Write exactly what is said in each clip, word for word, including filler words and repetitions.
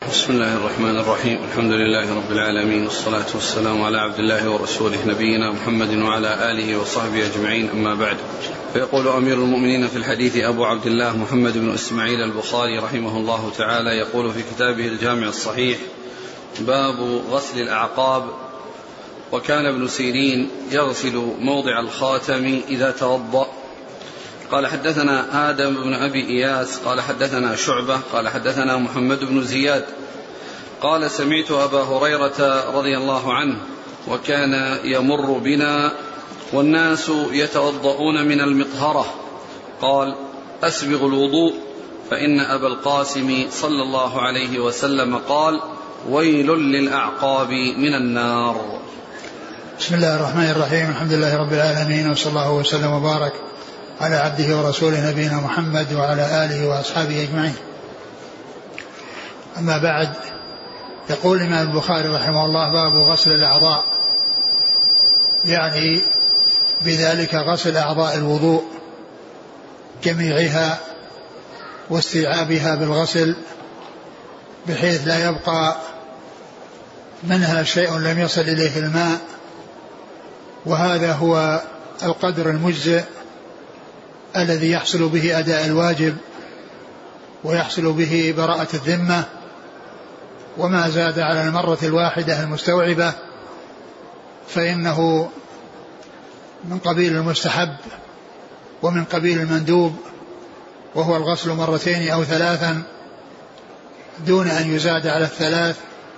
بسم الله الرحمن الرحيم. الحمد لله رب العالمين، والصلاة والسلام على عبد الله ورسوله نبينا محمد وعلى آله وصحبه أجمعين، أما بعد. فيقول أمير المؤمنين في الحديث أبو عبد الله محمد بن إسماعيل البخاري رحمه الله تعالى، يقول في كتابه الجامع الصحيح: باب غسل الأعقاب. وكان ابن سيرين يغسل موضع الخاتم إذا توضأ. قال حدثنا آدم بن أبي إياس قال حدثنا شعبة قال حدثنا محمد بن زياد قال سمعت أبا هريرة رضي الله عنه وكان يمر بنا والناس يتوضؤون من المطهرة، قال: أسبغ الوضوء، فإن أبا القاسم صلى الله عليه وسلم قال: ويل للأعقاب من النار. بسم الله الرحمن الرحيم. الحمد لله رب العالمين، وصلى الله وسلم وبارك على عبده ورسوله نبينا محمد وعلى آله وأصحابه أجمعين. أما بعد، يقول الإمام البخاري رحمه الله: باب غسل الأعضاء، يعني بذلك غسل أعضاء الوضوء جميعها واستيعابها بالغسل بحيث لا يبقى منها شيء لم يصل إليه الماء، وهذا هو القدر المجزئ الذي يحصل به أداء الواجب ويحصل به براءة الذمة، وما زاد على المرة الواحدة المستوعبة فإنه من قبيل المستحب ومن قبيل المندوب، وهو الغسل مرتين أو ثلاثا دون أن يزاد على الثلاث.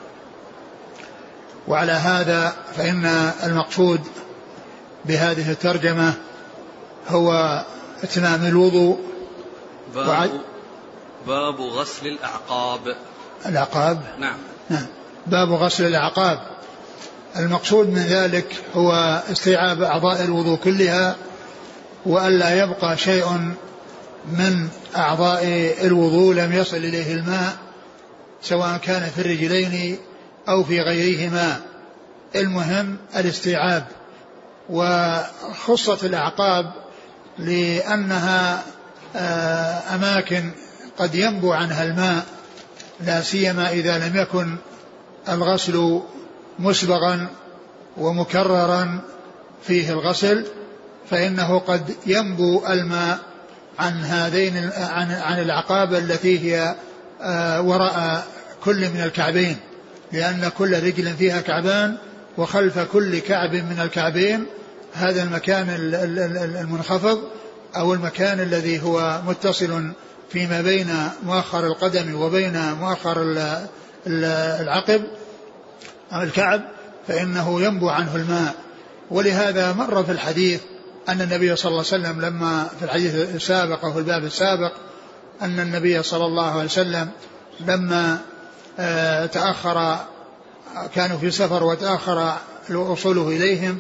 وعلى هذا فإن المقصود بهذه الترجمة هو اتمام الوضوء. باب, باب غسل الأعقاب. الأعقاب نعم. نعم. باب غسل الأعقاب، المقصود من ذلك هو استيعاب أعضاء الوضوء كلها، وألا يبقى شيء من أعضاء الوضوء لم يصل إليه الماء، سواء كان في الرجلين أو في غيرهما، المهم الاستيعاب. وخصت الأعقاب لأنها أماكن قد ينبو عنها الماء، لا سيما إذا لم يكن الغسل مسبغا ومكررا فيه الغسل، فإنه قد ينبو الماء عن هذين عن, عن الأعقاب التي هي وراء كل من الكعبين، لأن كل رجل فيها كعبان، وخلف كل كعب من الكعبين هذا المكان المنخفض أو المكان الذي هو متصل فيما بين مؤخر القدم وبين مؤخر العقب أو الكعب، فإنه ينبو عنه الماء. ولهذا مر في الحديث أن النبي صلى الله عليه وسلم لما في الحديث السابق أو في الباب السابق أن النبي صلى الله عليه وسلم لما تأخر، كانوا في سفر وتأخر وصوله إليهم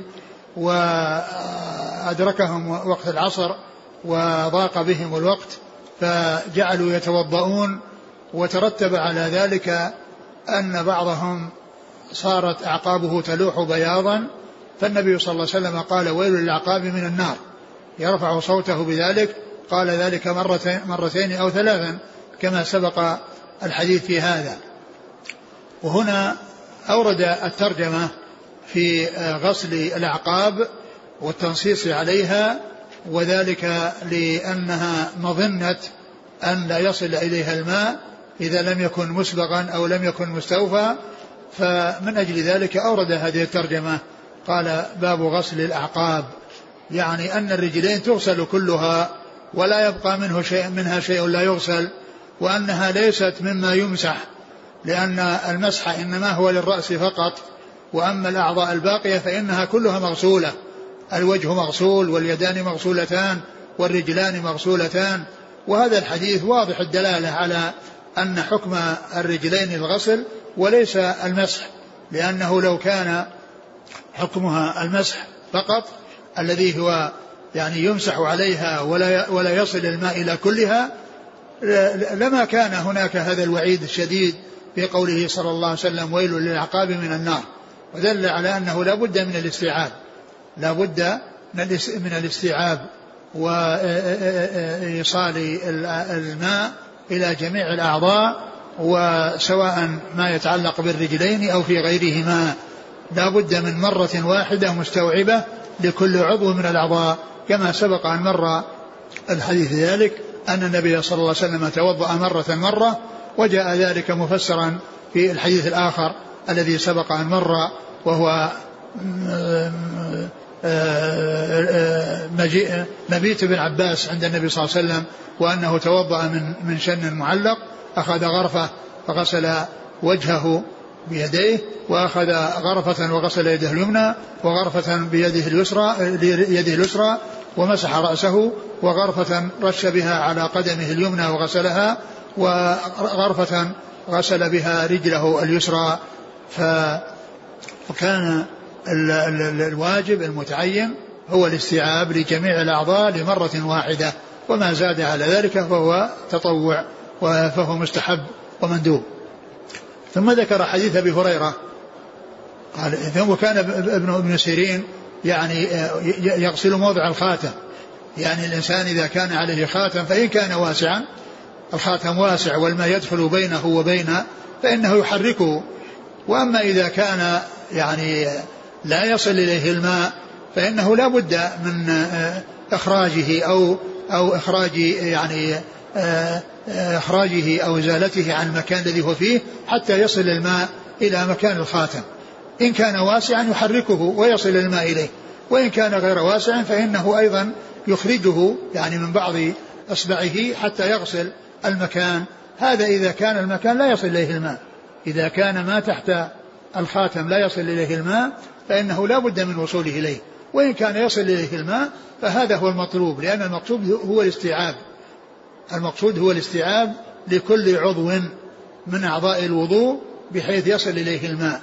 وأدركهم وقت العصر وضاق بهم الوقت، فجعلوا يتوضؤون، وترتب على ذلك أن بعضهم صارت أعقابه تلوح بياضا، فالنبي صلى الله عليه وسلم قال: ويل للأعقاب من النار، يرفع صوته بذلك، قال ذلك مرتين, مرتين أو ثلاثا كما سبق الحديث في هذا. وهنا أورد الترجمة في غسل الأعقاب والتنصيص عليها، وذلك لأنها مظنة أن لا يصل إليها الماء إذا لم يكن مسبغا أو لم يكن مستوفى، فمن أجل ذلك أورد هذه الترجمة. قال: باب غسل الأعقاب، يعني أن الرجلين تغسل كلها ولا يبقى منه شيء منها شيء لا يغسل، وأنها ليست مما يمسح، لأن المسح إنما هو للرأس فقط، وأما الأعضاء الباقية فإنها كلها مغسولة، الوجه مغسول واليدان مغسولتان والرجلان مغسولتان. وهذا الحديث واضح الدلالة على أن حكم الرجلين الغسل وليس المسح، لأنه لو كان حكمها المسح فقط الذي هو يعني يمسح عليها ولا ولا يصل الماء إلى كلها لما كان هناك هذا الوعيد الشديد في قوله صلى الله عليه وسلم: ويل للأعقاب من النار. ودل على أنه لا بد من الاستيعاب، لا بد من الاستيعاب وإيصال الماء إلى جميع الأعضاء وسواء ما يتعلق بالرجلين أو في غيرهما، لا بد من مرة واحدة مستوعبة لكل عضو من الأعضاء، كما سبق أن مر الحديث ذلك أن النبي صلى الله عليه وسلم توضأ مرة مرة، وجاء ذلك مفسرا في الحديث الآخر الذي سبق أن مر، وهو مبيت ابن عباس عند النبي صلى الله عليه وسلم وأنه توضأ من من شن معلق، أخذ غرفة فغسل وجهه بيديه، وأخذ غرفة وغسل يده اليمنى، وغرفة بيده اليسرى يده اليسرى ومسح رأسه، وغرفة رش بها على قدمه اليمنى وغسلها، وغرفة غسل بها رجله اليسرى. فكان الواجب المتعين هو الاستيعاب لجميع الأعضاء لمرة واحدة، وما زاد على ذلك فهو تطوع فهو مستحب ومندوب. ثم ذكر حديث أبي هريرة قال وكان ابن ابن سيرين يعني يغسل موضع الخاتم، يعني الإنسان إذا كان عليه خاتم فإن كان واسعا، الخاتم واسع والماء يدخل بينه وبينه فإنه يحركه، وأما إذا كان يعني لا يصل إليه الماء فإنه لا بد من إخراجه أو أو إخراج يعني إخراجه أو إزالته عن المكان الذي هو فيه حتى يصل الماء إلى مكان الخاتم. إن كان واسعا يحركه ويصل الماء إليه، وإن كان غير واسع فإنه أيضا يخرجه يعني من بعض أصبعه حتى يغسل المكان. هذا إذا كان المكان لا يصل إليه الماء. إذا كان ما تحت الخاتم لا يصل إليه الماء فإنه لا بد من وصوله إليه، وإن كان يصل إليه الماء فهذا هو المطلوب، لأن المقصود هو الاستيعاب، المقصود هو الاستيعاب لكل عضو من أعضاء الوضوء بحيث يصل إليه الماء.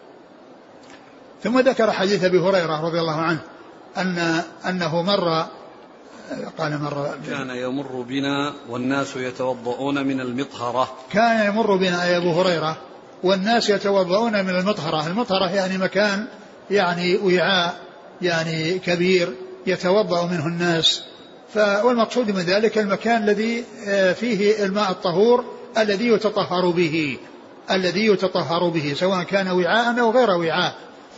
ثم ذكر حديث أبي هريرة رضي الله عنه أن أنه مر قال مر كان يمر بنا والناس يتوضؤون من المطهرة، كان يمر بنا أي أبو هريرة والناس يتوضؤون من المطهرة. المطهرة يعني مكان يعني وعاء يعني كبير يتوضأ منه الناس، والمقصود من ذلك المكان الذي فيه الماء الطهور الذي يتطهر به الذي يتطهر به سواء كان وعاء أو غير وعاء.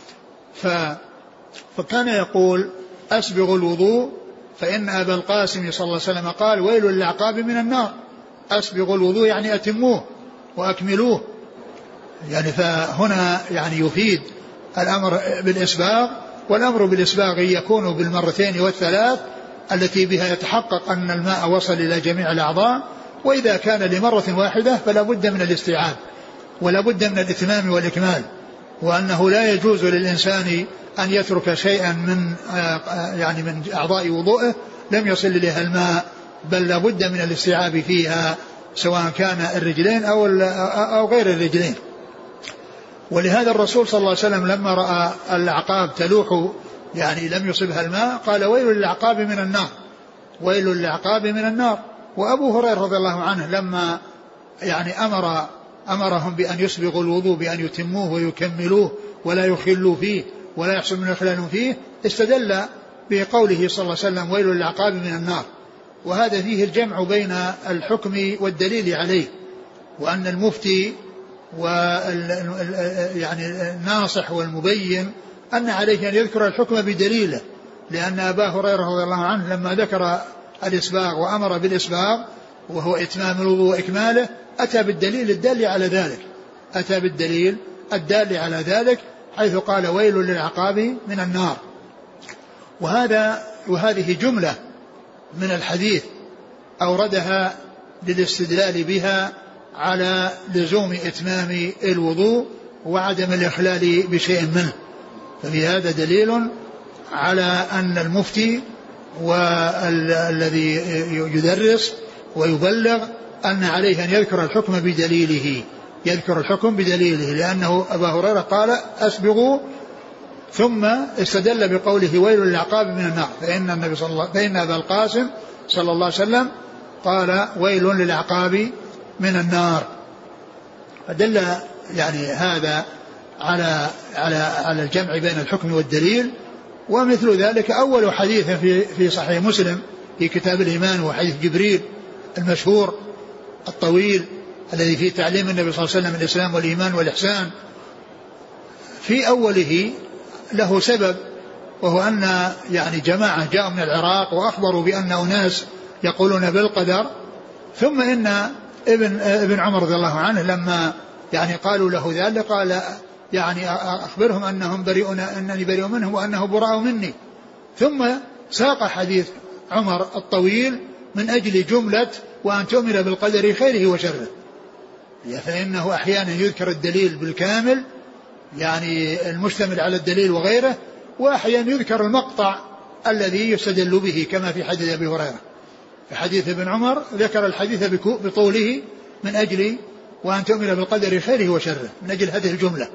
فكان يقول أسبغ الوضوء فإن أبا القاسم صلى الله عليه وسلم قال ويل للأعقاب من النار. أسبغ الوضوء يعني أتموه وأكملوه، يعني فهنا يعني يفيد الأمر بالإسباغ، والأمر بالإسباغ يكون بالمرتين والثلاث التي بها يتحقق أن الماء وصل إلى جميع الأعضاء، وإذا كان لمرة واحدة فلا بد من الاستيعاب ولا بد من الإتمام والإكمال، وأنه لا يجوز للإنسان أن يترك شيئا من يعني من أعضاء وضوءه لم يصل إليها الماء، بل لا بد من الاستيعاب فيها سواء كان الرجلين أو أو غير الرجلين. ولهذا الرسول صلى الله عليه وسلم لما رأى الأعقاب تلوح يعني لم يصبها الماء قال ويل للأعقاب من النار، ويل للأعقاب من النار. وأبو هريرة رضي الله عنه لما يعني أمر أمرهم بأن يسبغوا الوضوء بأن يتموه ويكملوه ولا يخلوا فيه ولا يحصل من إخلال فيه، استدل بقوله صلى الله عليه وسلم ويل للأعقاب من النار، وهذا فيه الجمع بين الحكم والدليل عليه، وأن المفتي يعني الناصح والمبين أن عليه أن يذكر الحكم بدليله، لأن أبا هريرة رضي الله عنه لما ذكر الإسباغ وأمر بالإسباغ وهو إتمام الوضوء وإكماله أتى بالدليل الدال على ذلك أتى بالدليل الدال على ذلك حيث قال ويل للعقاب من النار. وهذا وهذه جملة من الحديث أوردها للاستدلال بها على لزوم إتمام الوضوء وعدم الإخلال بشيء منه. ففي هذا دليل على أن المفتي والذي يدرس ويبلغ أن عليه أن يذكر الحكم بدليله يذكر الحكم بدليله لأنه أبا هريرة قال أسبغوا ثم استدل بقوله ويل للعقاب من النار، فإن النبي صلى الله فإن أبا القاسم صلى الله عليه وسلم قال ويل للعقاب من النار. فدل يعني هذا على على على الجمع بين الحكم والدليل. ومثل ذلك أول حديث في في صحيح مسلم في كتاب الإيمان وحديث جبريل المشهور الطويل الذي فيه تعليم النبي صلى الله عليه وسلم الإسلام والإيمان والإحسان، في أوله له سبب، وهو أن يعني جماعة جاءوا من العراق وأخبروا بأن أناس يقولون بالقدر، ثم إن ابن, ابن عمر رضي الله عنه لما يعني قالوا له ذلك قال يعني أخبرهم أنهم بريئون، أنني بريء منهم وأنه براء مني، ثم ساق حديث عمر الطويل من أجل جملة وأن تؤمن بالقدر خيره وشره، فإنه أحيانا يذكر الدليل بالكامل يعني المشتمل على الدليل وغيره، وأحيانا يذكر المقطع الذي يستدل به كما في حديث أبي هريرة. في حديث ابن عمر ذكر الحديث بطوله من أجل وأن تؤمن بالقدر خيره وشره من أجل هذه الجملة،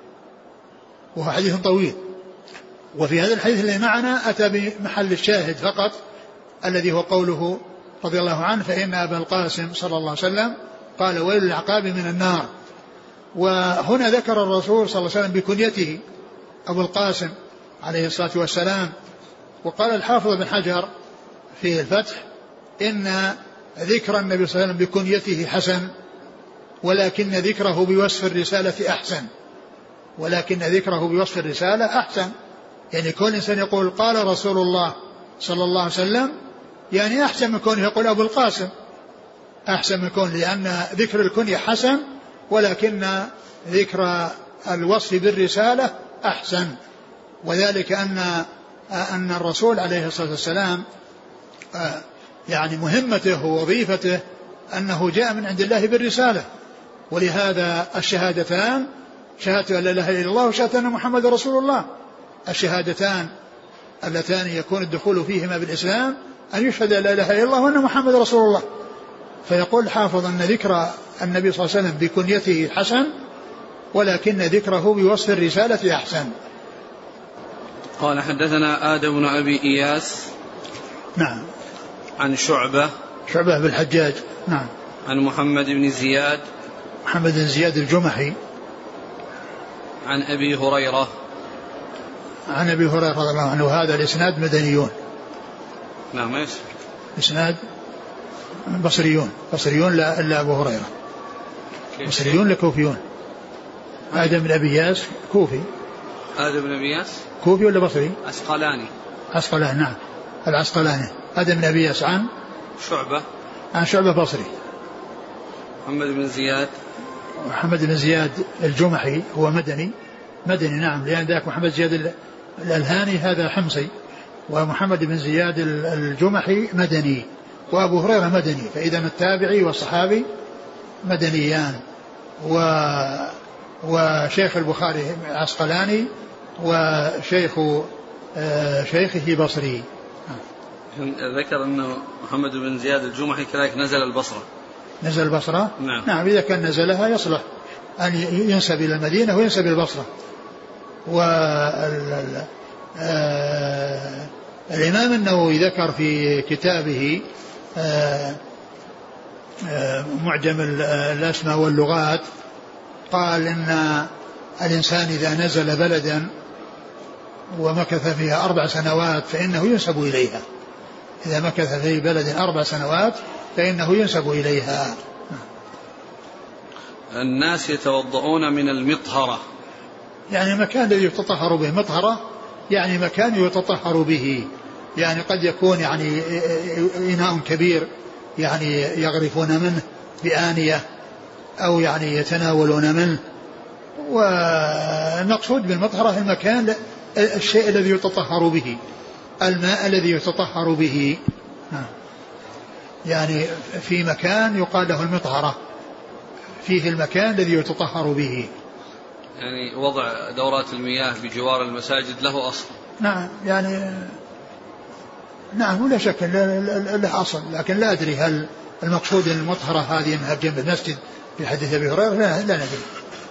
وهو حديث طويل. وفي هذا الحديث الذي معنا أتى بمحل الشاهد فقط الذي هو قوله رضي الله عنه فإن أبا القاسم صلى الله عليه وسلم قال ويل العقاب من النار. وهنا ذكر الرسول صلى الله عليه وسلم بكنيته أبو القاسم عليه الصلاة والسلام. وقال الحافظ بن حجر في الفتح إن ذكر النبي صلى الله عليه وسلم بكنيته حسن، ولكن ذكره بوصف الرسالة أحسن، ولكن ذكره بوصف الرسالة أحسن. يعني كل إنسان يقول قال رسول الله صلى الله عليه وسلم يعني أحسن من كونه يقول أبو القاسم، أحسن من كونه، لأن ذكر الكنية حسن ولكن ذكر الوصف بالرسالة أحسن. وذلك أن أن الرسول عليه الصلاة والسلام يعني مهمته ووظيفته أنه جاء من عند الله بالرسالة، ولهذا الشهادتان شهادة أن لا إله إلا الله وشهادة أن محمد رسول الله، الشهادتان اللتان يكون الدخول فيهما بالإسلام أن يشهد لا إله إلا الله وأن محمد رسول الله. فيقول الحافظ أن ذكر النبي صلى الله عليه وسلم بكنيته حسن، ولكن ذكره بوصف الرسالة أحسن. قال حدثنا آدم بن أبي إياس نعم عن شعبة شعبة بالحجاج نعم عن محمد بن زياد محمد بن زياد الجمحي عن أبي هريرة عن أبي هريرة رضي الله عنه. هذا الإسناد مدنيون. نعم ايش إسناد بصريون بصريون لا إلا أبو هريرة. بصريون لكوفيون. آدم بن أبي إياس كوفي. آدم بن أبي إياس كوفي ولا بصري؟ عسقلاني. عسقلاني نعم العسقلاني. آدم بن أبي إياس عن شعبة عن شعبة بصري. محمد بن زياد محمد بن زياد الجمحي هو مدني مدني نعم، لأن ذاك محمد زياد الألهاني هذا حمصي، ومحمد بن زياد الجمحي مدني، وأبو هريرة مدني، فإذا التابعي والصحابي مدنيان. و وشيخ البخاري عسقلاني وشيخ شيخه بصري. ذكر أنه محمد بن زياد الجمحي كذلك نزل البصرة. نزل البصرة نعم. نعم إذا كان نزلها يصلح أن ينسب إلى المدينة وينسب إلى البصرة. والإمام النووي ذكر في كتابه آآ آآ معجم الأسماء واللغات قال إن الإنسان إذا نزل بلدا ومكث فيها أربع سنوات فإنه ينسب إليها. إذا مكث في بلد أربع سنوات فإنه ينسب إليها. الناس يتوضؤون من المطهرة، يعني مكان الذي يتطهر به. مطهرة يعني مكان يتطهر به، يعني قد يكون يعني إناء كبير يعني يغرفون منه بآنية أو يعني يتناولون منه. والمقصود بالمطهرة المكان الشيء الذي يتطهر به، الماء الذي يتطهر به، يعني في مكان يقال له المطهرة، فيه المكان الذي يتطهر به. يعني وضع دورات المياه بجوار المساجد له أصل. نعم يعني نعم ولا شك له أصل، لكن لا أدري هل المقصود المطهرة هذه أنها جنب المسجد في حديث أبي هريرة، لا, لا ندري.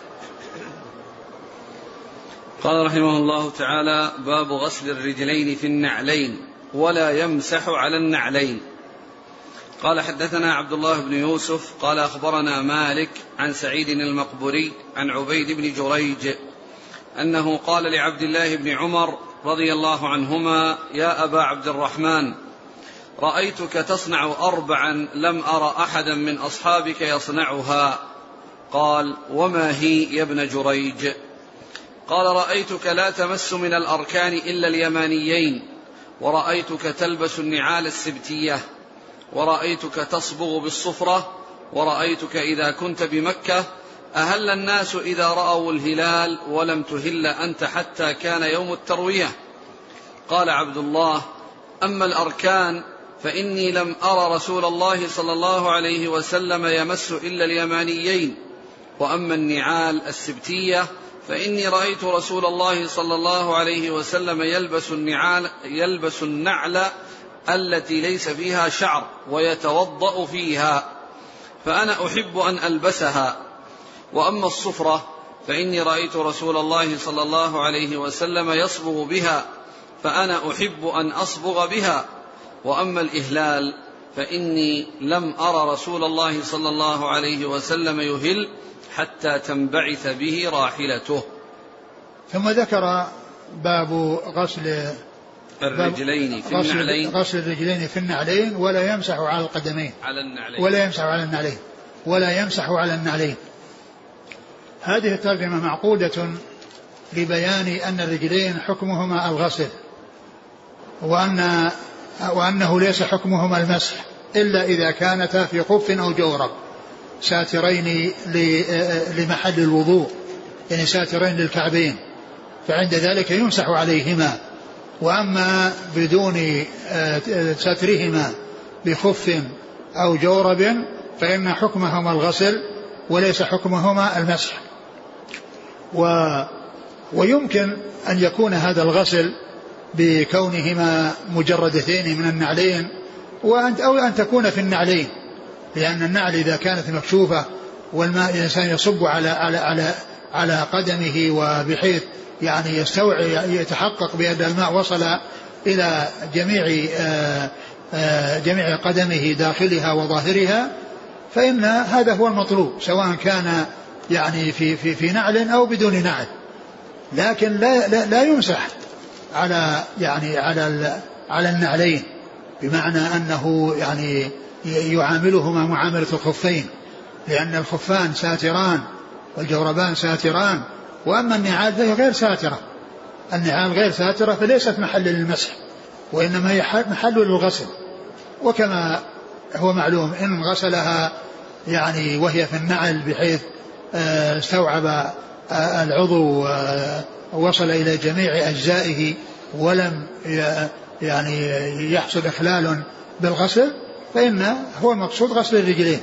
قال رحمه الله تعالى باب غسل الرجلين في النعلين ولا يمسح على النعلين. قال حدثنا عبد الله بن يوسف قال أخبرنا مالك عن سعيد المقبري عن عبيد بن جريج أنه قال لعبد الله بن عمر رضي الله عنهما يا أبا عبد الرحمن رأيتك تصنع أربعا لم أرى أحدا من أصحابك يصنعها. قال: وما هي يا ابن جريج؟ قال: رأيتك لا تمس من الأركان إلا اليمانيين، ورأيتك تلبس النعال السبتية، ورأيتك تصبغ بالصفرة، ورأيتك إذا كنت بمكة أهل الناس إذا رأوا الهلال ولم تهل أنت حتى كان يوم التروية. قال عبد الله: أما الأركان فإني لم أرى رسول الله صلى الله عليه وسلم يمس إلا اليمانيين، وأما النعال السبتية فإني رأيت رسول الله صلى الله عليه وسلم يلبس النعال يلبس النعل التي ليس فيها شعر ويتوضأ فيها، فأنا أحب أن ألبسها. وأما الصفرة فإني رأيت رسول الله صلى الله عليه وسلم يصبغ بها، فأنا أحب أن أصبغ بها. وأما الإهلال فإني لم أرى رسول الله صلى الله عليه وسلم يهل حتى تنبعث به راحلته. ثم ذكر باب غسل الرجلين في غسل النعلين غسل الرجلين في النعلين ولا يمسح على القدمين على النعلين ولا يمسح على النعلين ولا يمسح على النعلين. هذه الترجمة معقودة لبيان أن الرجلين حكمهما الغسل، وأن وأنه ليس حكمهما المسح إلا إذا كانتا في خف أو جورب ساترين لمحل الوضوء، يعني ساترين للكعبين، فعند ذلك يمسح عليهما. وأما بدون سترهما بخف أو جورب فإن حكمهما الغسل وليس حكمهما المسح. و ويمكن أن يكون هذا الغسل بكونهما مجردتين من النعلين، أو أن تكون في النعلين، لأن النعل إذا كانت مكشوفة والماء الإنسان يصب على على على على قدمه، وبحيث يعني يستوعي يتحقق بأن الماء وصل إلى جميع جميع قدمه داخلها وظاهرها، فإن هذا هو المطلوب، سواء كان يعني في في في نعل أو بدون نعل. لكن لا لا, لا يمسح على يعني على على النعلين، بمعنى أنه يعني يعاملهما معاملة الخفين، لأن الخفان ساتران والجوربان ساتران، وأما النعال فهي غير ساترة، النعال غير ساترة فليست محل للمسح وإنما هي محل للغسل. وكما هو معلوم إن غسلها يعني وهي في النعل بحيث استوعب العضو ووصل إلى جميع أجزائه ولم يعني يحصل إخلال بالغسل، فإن هو المقصود غسل الرجلين،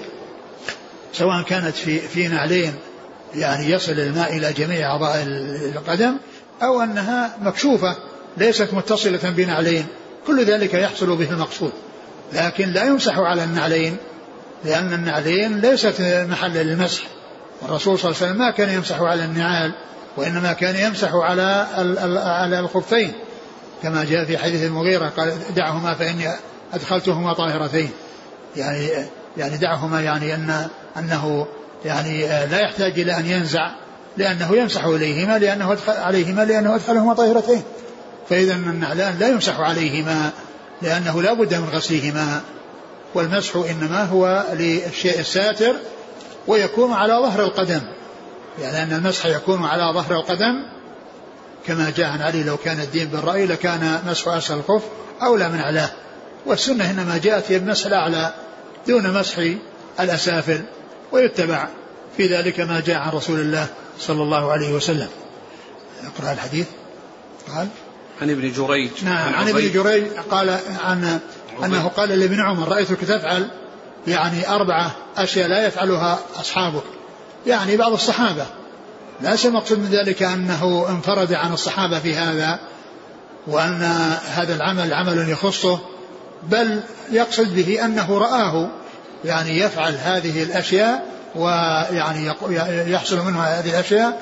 سواء كانت في في نعلين يعني يصل الماء إلى جميع أعضاء القدم، أو أنها مكشوفة ليست متصلة بنعلين، كل ذلك يحصل به المقصود. لكن لا يمسح على النعلين، لأن النعلين ليست محل للمسح، والرسول صلى الله عليه وسلم ما كان يمسح على النعال، وإنما كان يمسح على على الخفين، كما جاء في حديث المغيرة قال: دعهما فإني أدخلتهما طاهرتين، يعني يعني دعهما يعني أن أنه يعني لا يحتاج إلى أن ينزع، لأنه يمسح عليهما لأنه أدخل عليهما لأنه أدخلهما طاهرتين. فإذا النعلان لا يمسح عليهما لأنه لا بد من غسلهما، والمسح إنما هو للشيء الساتر ويكون على ظهر القدم، يعني أن المسح يكون على ظهر القدم كما جاء عن علي: لو كان الدين بالرأي لكان مسح أسفل الخف أولى من أعلاه. والسنة إنما جاءت بمسح الأعلى دون مسح الأسافل، ويتبع في ذلك ما جاء عن رسول الله صلى الله عليه وسلم. اقرأ الحديث. قال عن ابن جريج نعم عن ابن جريج قال عن أنه قال لابن عمر: رأيتك تفعل يعني أربعة أشياء لا يفعلها أصحابك، يعني بعض الصحابة، ليس المقصود من ذلك أنه انفرد عن الصحابة في هذا وأن هذا العمل عمل يخصه، بل يقصد به أنه رآه يعني يفعل هذه الأشياء ويعني يحصل منها هذه الأشياء،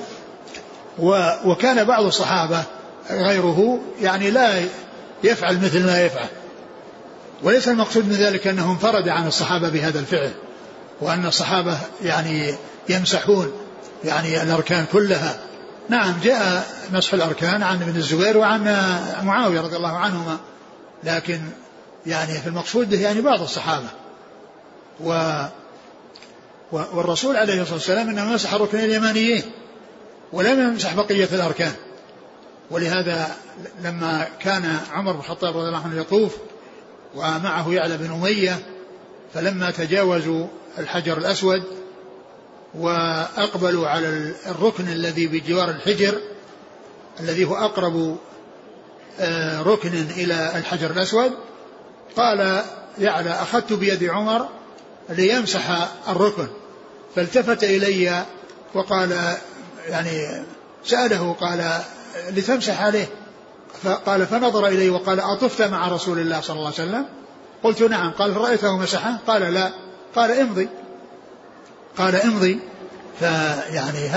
وكان بعض الصحابة غيره يعني لا يفعل مثل ما يفعل، وليس المقصود من ذلك أنه انفرد عن الصحابة بهذا الفعل، وأن الصحابة يعني يمسحون يعني الأركان كلها. نعم جاء مسح الأركان عن ابن الزبير وعن معاوية رضي الله عنهما، لكن يعني في المقصود به يعني بعض الصحابة. و والرسول عليه الصلاة والسلام إنما مسح الركنين اليمانيين ولم يمسح بقية الأركان. ولهذا لما كان عمر بن الخطاب رضي الله عنه يطوف ومعه يعلى بن أمية، فلما تجاوزوا الحجر الأسود وأقبلوا على الركن الذي بجوار الحجر الذي هو أقرب ركن إلى الحجر الأسود، قال يعلى أخذت بيد عمر ليمسح الركن، فالتفت إلي وقال يعني سأله قال لتمسح عليه، فقال فنظر إلي وقال أطفت مع رسول الله صلى الله عليه وسلم؟ قلت نعم. قال رأيته مسحه؟ قال لا. قال امضي قال امضي فيعني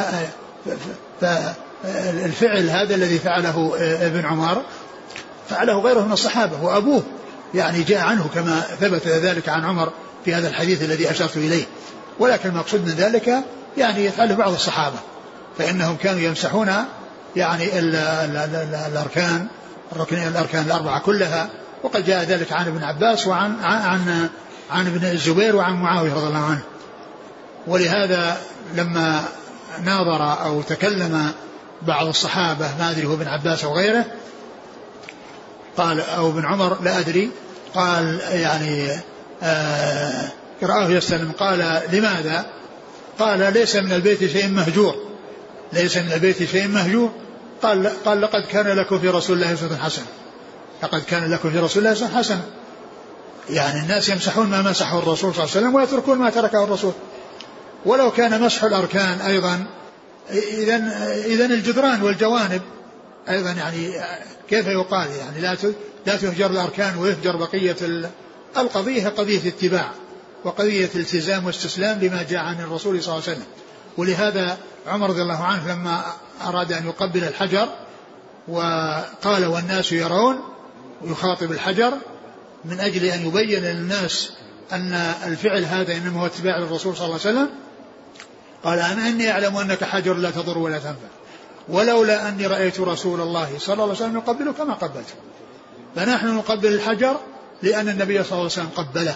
فالفعل هذا الذي فعله ابن عمر فعله غيره من الصحابة وأبوه يعني جاء عنه كما ثبت ذلك عن عمر في هذا الحديث الذي أشرت إليه. ولكن المقصود من ذلك يعني يفعله بعض الصحابة، فإنهم كانوا يمسحون يعني ال ال ال الأركان الركن الأركان الأربعة كلها، وقد جاء ذلك عن ابن عباس وعن عن عن ابن الزبير وعن معاوية رضي الله عنه. ولهذا لما ناظر أو تكلم بعض الصحابة ما أدري هو ابن عباس أو غيره قال أو ابن عمر لا أدري، قال يعني آه رآه يستلم، قال لماذا؟ قال ليس من البيت شيء مهجور ليس من البيت شيء مهجور قال قال لقد كان لكم في رسول الله أسوة حسنة لقد كان لكم في رسول الله أسوة حسنة. يعني الناس يمسحون ما مسحه الرسول صلى الله عليه وسلم ويتركون ما تركه الرسول. ولو كان مسح الأركان أيضا إذن إذن الجدران والجوانب أيضا يعني كيف يقال يعني لا لا تهجر الأركان ويهجر بقية القضية قضية اتباع وقضية التزام واستسلام لما جاء عن الرسول صلى الله عليه وسلم. ولهذا عمر رضي الله عنه لما أراد أن يقبل الحجر وقال والناس يرون ويخاطب الحجر من أجل أن يبين للناس أن الفعل هذا إنما هو اتباع للرسول صلى الله عليه وسلم، قال أنا إني أعلم أنك حجر لا تضر ولا تنفع ولولا أني رأيت رسول الله صلى الله عليه وسلم يقبله كما قبلته. فنحن نقبل الحجر لأن النبي صلى الله عليه وسلم قبله،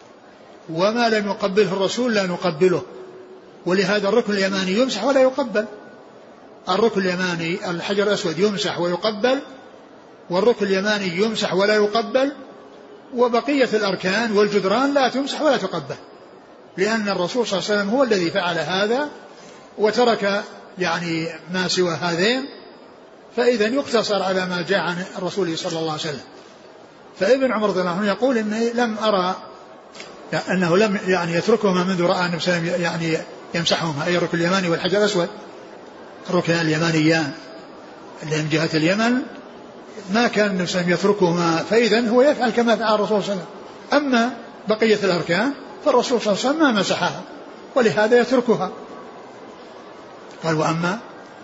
وما لم يقبله الرسول لا نقبله. ولهذا الركن اليماني يمسح ولا يقبل. الركن اليماني الحجر الأسود يمسح ويقبل، والركن اليماني يمسح ولا يقبل، وبقية الأركان والجدران لا تمسح ولا تقبل، لأن الرسول صلى الله عليه وسلم هو الذي فعل هذا وترك يعني ما سوى هذين، فإذا يقتصر على ما جاء عن الرسول صلى الله عليه وسلم. فابن عمر رضي الله عنه يقول إني لم أرى أنه لم يعني يتركهما منذ رأى النبي صلى الله عليه وسلم يعني يمسحهما، أي الركن اليماني والحجر الأسود الركن اليمانيان اللي من جهة اليمن ما كان النبي صلى الله عليه وسلم يتركهما، فإذا هو يفعل كما فعل الرسول صلى الله عليه وسلم. أما بقية الأركان فالرسول صلى الله عليه وسلم ما مسحها ولهذا يتركها. قال وأما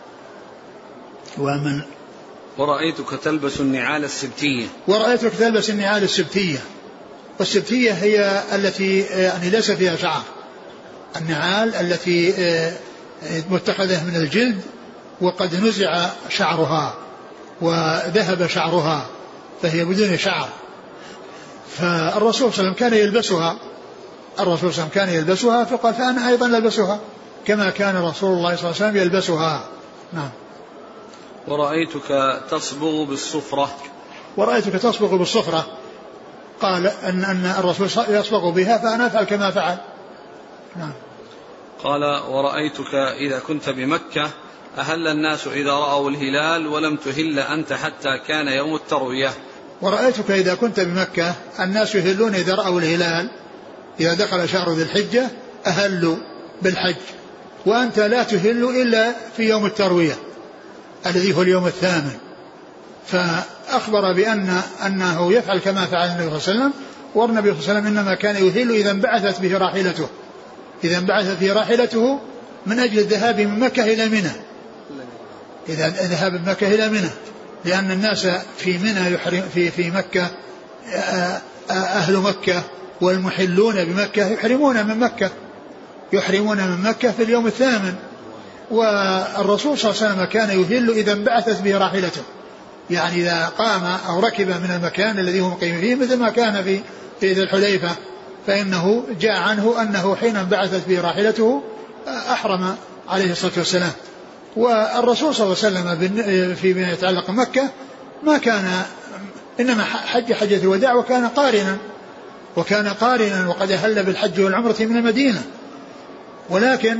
وأما ورأيتك تلبس النعال السبتية ورأيتك تلبس النعال السبتية. والسبتية هي التي يعني ليس فيها شعر، النعال التي متخذة من الجلد وقد نزع شعرها وذهب شعرها فهي بدون شعر. فالرسول صلى الله عليه وسلم كان يلبسها الرسول صلى الله عليه وسلم كان يلبسها فقال فأنا أيضا لبسها كما كان رسول الله صلى الله عليه وسلم يلبسها. نعم. ورأيتك تصبغ بالصفرة ورأيتك تصبغ بالصفرة قال أن, أن الرسول يصبغ بها فأنا أفعل كما فعل. نعم. قال ورأيتك إذا كنت بمكة أهل الناس إذا رأوا الهلال ولم تهل أنت حتى كان يوم التروية. ورأيتك إذا كنت بمكة الناس يهلون إذا رأوا الهلال، إذا دخل شهر ذي الحجة أهلوا بالحج، وأنت لا تهل إلا في يوم التروية الذي هو اليوم الثامن. فأخبر بأن أنه يفعل كما فعل النبي صلى الله عليه وسلم، والنبي صلى الله عليه وسلم إنما كان يهل إذا انبعثت به راحلته إذا انبعثت به راحلته من أجل الذهاب من مكة إلى منى إذا ذهاب من مكة إلى منى لأن الناس في منى يحرم في في مكة أهل مكة والمحلون بمكة يحرمون من مكة يحرمون من مكة في اليوم الثامن. والرسول صلى الله عليه وسلم كان يهل إذا انبعثت به راحلته يعني إذا قام أو ركب من المكان الذي هو مقيم فيه مثل ما كان في في ذي الحليفة، فإنه جاء عنه أنه حين انبعثت به راحلته أحرم عليه الصلاة والسلام. والرسول صلى الله عليه وسلم فيما يتعلق مكة ما كان، إنما حج حجة الوداع وكان قارنا وكان قارنا وقد أهل بالحج والعمرة من المدينة. ولكن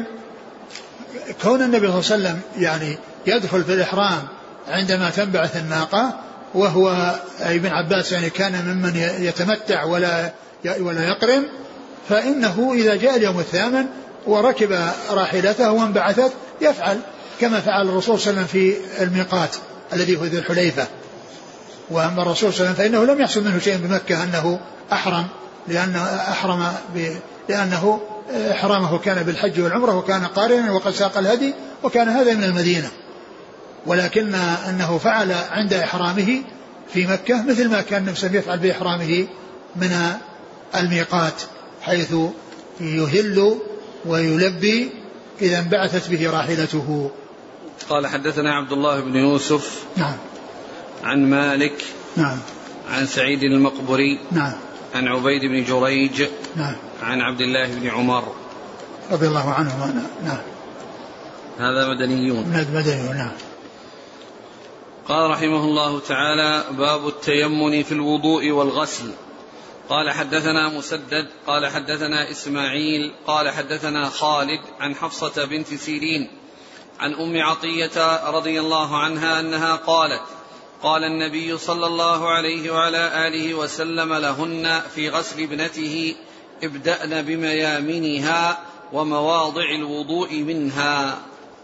كون النبي صلى الله عليه وسلم يعني يدخل في الإحرام عندما تنبعث الناقة، وهو ابن عباس يعني كان ممن يتمتع ولا ولا يقرن، فإنه إذا جاء اليوم الثامن وركب راحلته وانبعثت يفعل كما فعل الرسول صلى الله عليه وسلم في الميقات الذي هو ذي الحليفة. وأما الرسول صلى الله عليه وسلم فإنه لم يحصل منه شيء بمكة أنه أحرم، لأنه أحرم ب... لأنه إحرامه كان بالحج والعمرة وكان قارنا وقد ساق الهدي وكان هذا من المدينة. ولكن أنه فعل عند إحرامه في مكة مثل ما كان نفسه يفعل بإحرامه من الميقات، حيث يهل ويلبي إذا انبعثت به راحلته. قال حدثنا عبد الله بن يوسف نعم عن مالك نعم عن سعيد المقبري نعم عن عبيد بن جريج نعم عن عبد الله بن عمر رضي الله عنهما. نعم هذا مدنيون مدنيون. نعم. قال رحمه الله تعالى: باب التيمم في الوضوء والغسل. قال حدثنا مسدد قال حدثنا إسماعيل قال حدثنا خالد عن حفصة بنت سيرين عن أم عطية رضي الله عنها أنها قالت: قال النبي صلى الله عليه وعلى آله وسلم لهن في غسل ابنته: ابدأن بميامنها ومواضع الوضوء منها.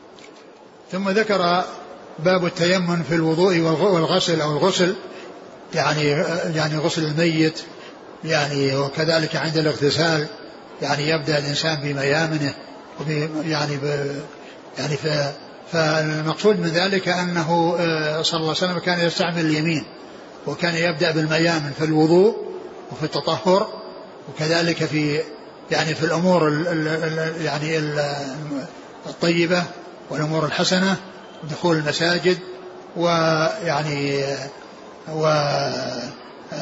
ثم ذكر باب التيمم في الوضوء والغسل أو الغسل، يعني يعني غسل الميت، يعني وكذلك عند الاغتسال يعني يبدأ الإنسان بميامنه يعني ب يعني ف فالمقصود من ذلك أنه صلى الله عليه وسلم كان يستعمل اليمين، وكان يبدأ بالميامن في الوضوء وفي التطهر، وكذلك في يعني في الأمور ال ال يعني ال الطيبة والأمور الحسنة، دخول المساجد، ويعني وكان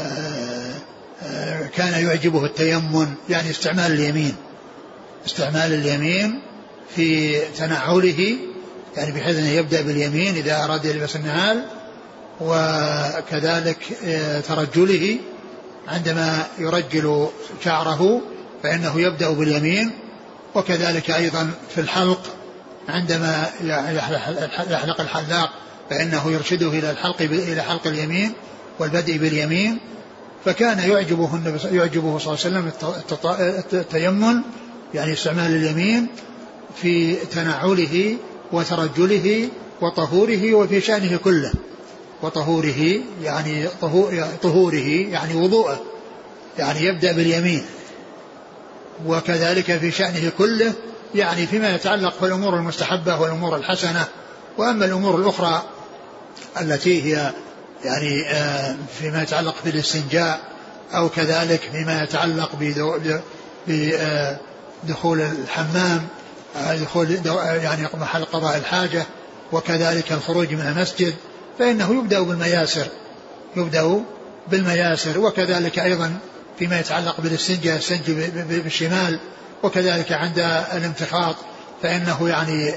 يعجبه التيمم يعني استعمال اليمين استعمال اليمين في تنعله، يعني بحيث أنه يبدأ باليمين إذا أراد يلبس النعال، وكذلك ترجله عندما يرجل شعره فإنه يبدأ باليمين، وكذلك أيضا في الحلق عندما يحلق الحلاق فإنه يرشده إلى الحلق إلى حلق اليمين والبدء باليمين. فكان يعجبه يعجبه صلى الله عليه وسلم التيمم يعني استعمال اليمين في تنعله وترجله وطهوره وفي شأنه كله، وطهوره يعني طهوره يعني وضوءه يعني يبدأ باليمين، وكذلك في شأنه كله يعني فيما يتعلق بالأمور المستحبة والأمور الحسنة. وأما الأمور الأخرى التي هي يعني فيما يتعلق بالاستنجاء أو كذلك فيما يتعلق بدخول الحمام، دخول يعني محل قضاء الحاجة، وكذلك الخروج من المسجد، فإنه يبدأ بالمياسر يبدأ بالمياسر وكذلك أيضا فيما يتعلق بالاستنجاء يستنجي بالشمال، وكذلك عند الامتخاط فإنه يعني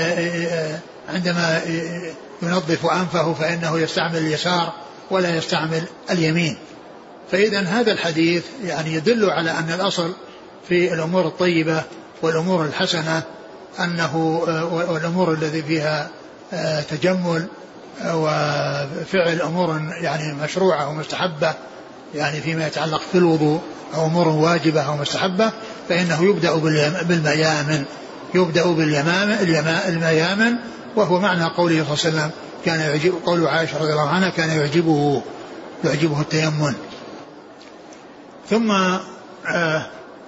عندما ينظف أنفه فإنه يستعمل اليسار ولا يستعمل اليمين. فإذا هذا الحديث يعني يدل على أن الأصل في الأمور الطيبة والأمور الحسنة أنه والأمور الذي فيها تجمل وفعل أمور يعني مشروعة ومستحبة يعني فيما يتعلق في الوضوء أو أمور واجبة أو مستحبة فإنه يبدأ بالميامن يبدأ بالميامن وهو معنى قوله صلى الله عليه وسلم كان يعجب قول عائشة رضي الله عنها كان يعجبه يعجبه التيمم. ثم آه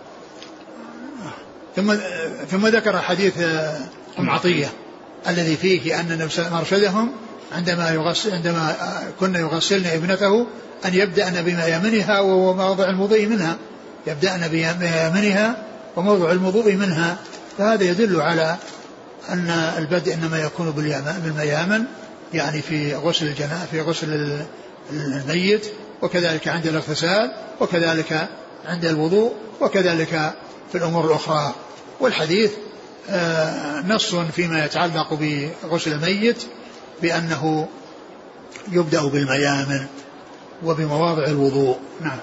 ثم ثم ذكر حديث أم عطية الذي فيه أن النبي صلى الله عليه وسلم أرشدهم عندما يغسل عندما كنا يغسلن ابنته أن يبدأن بميامنها وموضع الوضوء منها يبدأن بميامنها وموضع الوضوء منها. فهذا يدل على أن البدء إنما يكون بالميامن يعني في غسل الجنازة في غسل الميت، وكذلك عند الاغتسال، وكذلك عند الوضوء، وكذلك في الأمور الأخرى. والحديث نص فيما يتعلق بغسل الميت بأنه يبدأ بالميامن وبمواضع الوضوء. نعم.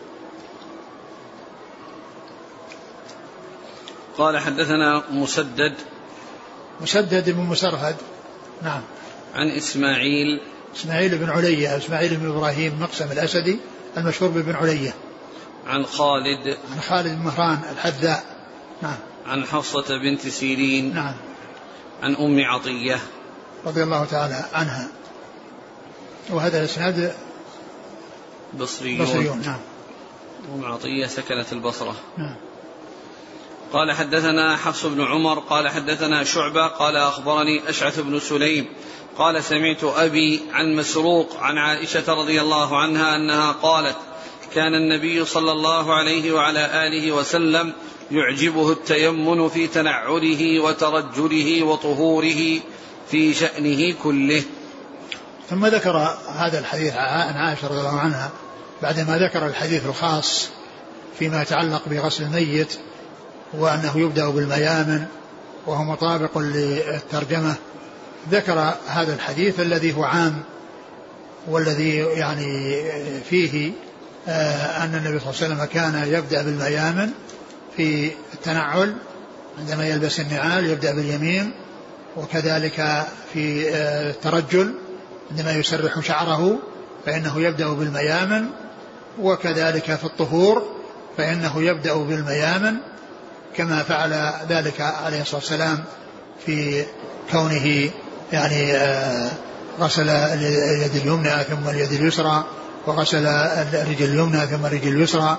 قال حدثنا مسدد مسدد بن مسرهد. نعم. عن إسماعيل إسماعيل بن علية إسماعيل بن إبراهيم مقسم الأسدي المشهور بن علية. عن خالد عن خالد بن مهران الحذاء. نعم. عن حفصة بنت سيرين. نعم. عن أم عطية رضي الله تعالى عنها. وهذا الإسناد بصريون, بصريون. نعم. أم عطية سكنت البصرة. نعم. قال حدثنا حفص بن عمر قال حدثنا شعبة قال أخبرني أشعث بن سليم قال سمعت أبي عن مسروق عن عائشة رضي الله عنها أنها قالت كان النبي صلى الله عليه وعلى آله وسلم يعجبه التيمن في تنعله وترجله وطهوره في شأنه كله. ثم ذكر هذا الحديث عن عائشة رضي الله عنها بعدما ذكر الحديث الخاص فيما يتعلق بغسل الميت وأنه يبدأ بالميامن وهو مطابق للترجمة. ذكر هذا الحديث الذي هو عام والذي يعني فيه أن النبي صلى الله عليه وسلم كان يبدأ بالميامن في التنعل عندما يلبس النعال يبدأ باليمين، وكذلك في الترجل عندما يسرح شعره فإنه يبدأ بالميامن، وكذلك في الطهور فإنه يبدأ بالميامن كما فعل ذلك عليه الصلاة والسلام في كونه يعني غسل اليد اليمنى ثم اليد اليسرى، وغسل الرجل اليمنى ثم الرجل اليسرى،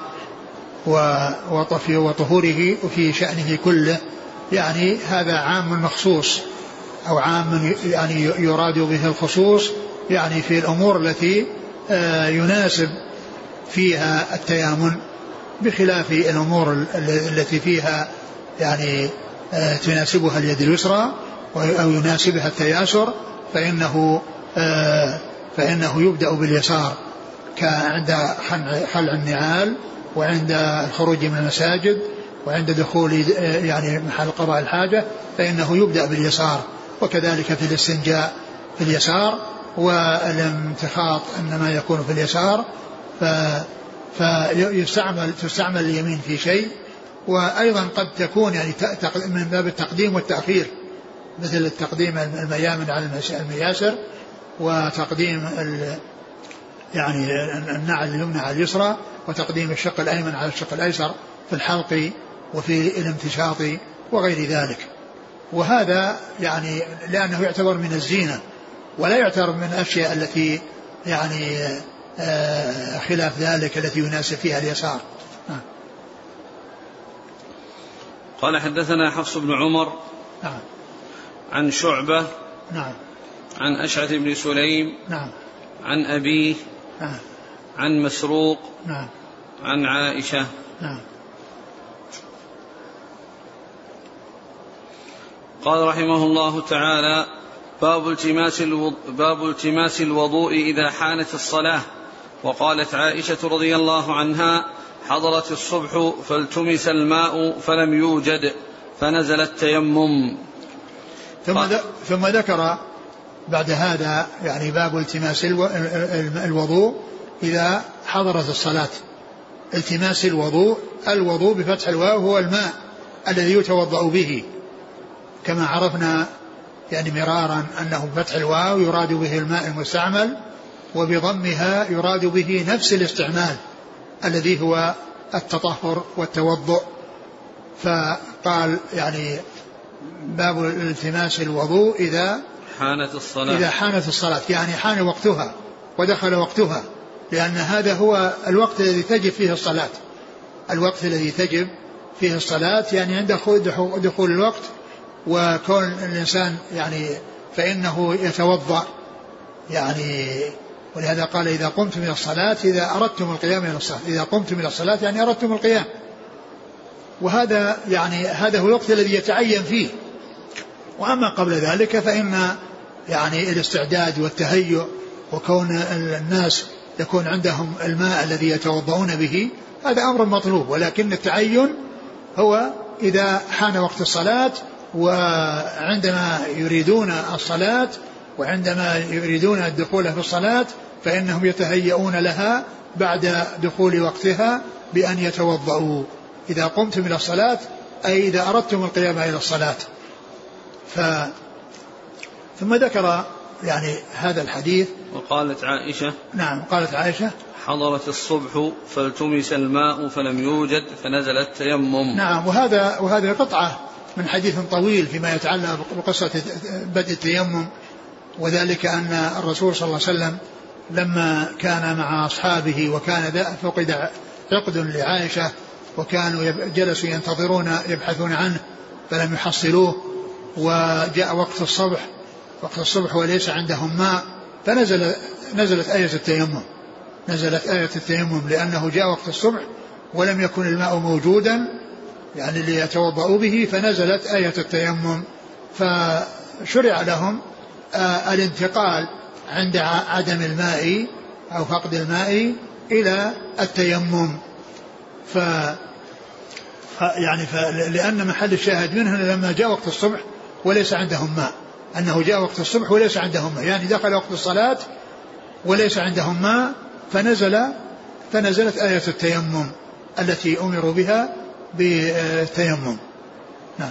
وطهوره في شأنه كله. يعني هذا عام مخصوص أو عام يعني يراد به الخصوص يعني في الأمور التي يناسب فيها التيامن، بخلاف الأمور التي فيها يعني تناسبها اليد اليسرى أو يناسبها التياسر فإنه فإنه يبدأ باليسار كعند خلع النعال وعند الخروج من المساجد وعند دخول يعني محل قضاء الحاجة فإنه يبدأ باليسار، وكذلك في الاستنجاء في اليسار، والامتخاط إنما يكون في اليسار. ف فيستعمل تستعمل اليمين في شيء، وأيضا قد تكون يعني من باب التقديم والتأخير، مثل التقديم الميامن على المياسر، وتقديم يعني النعل اليمنى على اليسرى، وتقديم الشق الأيمن على الشق الأيسر في الحلق وفي الامتشاط وغير ذلك. وهذا يعني لأنه يعتبر من الزينة ولا يعتبر من الأشياء التي يعني آه خلاف ذلك التي يناسب فيها اليسار. آه. قال حدثنا حفص بن عمر نعم. عن شعبة نعم. عن أشعث بن سليم نعم. عن أبيه نعم. عن مسروق نعم. عن عائشة. نعم. قال رحمه الله تعالى باب التماس باب التماس الوضوء إذا حانت الصلاة. وقالت عائشة رضي الله عنها حضرت الصبح فالتمس الماء فلم يوجد فنزل التيمم. ثم, ثم ذكر بعد هذا يعني باب التماس الوضوء إذا حضرت الصلاة. التماس الوضوء الوضوء بفتح الواو هو الماء الذي يتوضأ به، كما عرفنا يعني مرارا أنه بفتح الواو يراد به الماء المستعمل، وبضمها يراد به نفس الاستعمال الذي هو التطهر والتوضؤ. فقال يعني باب التماس الوضوء إذا حانت الصلاة إذا حانت الصلاة يعني حان وقتها ودخل وقتها، لأن هذا هو الوقت الذي تجب فيه الصلاة. الوقت الذي تجب فيه الصلاة يعني عند دخول الوقت، وكون الإنسان يعني فإنه يتوضأ يعني. ولهذا قال إذا قمتم إلى الصلاة إذا أردتم القيام إلى الصلاة إذا قمتم إلى الصلاة يعني أردتم القيام. وهذا يعني هذا هو الوقت الذي يتعين فيه. وأما قبل ذلك فإن يعني الاستعداد والتهيؤ وكون الناس يكون عندهم الماء الذي يتوضؤون به، هذا أمر مطلوب، ولكن التعين هو إذا حان وقت الصلاة وعندما يريدون الصلاة وعندما يريدون الدخول في الصلاة فإنهم يتهيئون لها بعد دخول وقتها بأن يتوضؤوا إذا قمتم إلى الصلاة، أي إذا أردتم القيام إلى الصلاة. ف ثم ذكر يعني هذا الحديث. وقالت عائشة، نعم قالت عائشة حضرت الصبح فالتمس الماء فلم يوجد فنزل التيمم. نعم، وهذا وهذه قطعة من حديث طويل فيما يتعلق بقصة بدء التيمم، وذلك أن الرسول صلى الله عليه وسلم لما كان مع أصحابه وكان فقد عقد لعائشة وكانوا جلسوا ينتظرون يبحثون عنه فلم يحصلوه، وجاء وقت الصبح وقت الصبح وليس عندهم ماء، فنزل نزلت آية التيمم نزلت آية التيمم لأنه جاء وقت الصبح ولم يكن الماء موجودا يعني ليتوضأوا به، فنزلت آية التيمم، فشرع لهم آه الانتقال عند عدم الماء أو فقد الماء إلى التيمم. ف يعني لأن محل الشاهد منه لما جاء وقت الصبح وليس عندهم ماء، أنه جاء وقت الصبح وليس عندهم ماء، يعني دخل وقت الصلاة وليس عندهم ماء، فنزل فنزلت آية التيمم التي أمروا بها بالتيمم. نعم.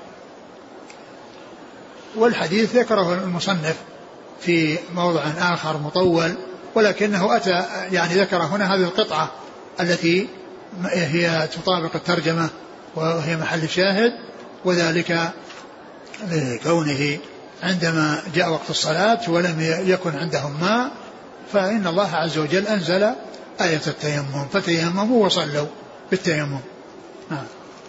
والحديث ذكره المصنف في موضع آخر مطول، ولكنه أتى يعني ذكر هنا هذه القطعة التي هي تطابق الترجمة وهي محل الشاهد، وذلك لكونه عندما جاء وقت الصلاة ولم يكن عندهم ماء فإن الله عز وجل أنزل آية التيمم فتيمموا وصلوا بالتيمم. نعم.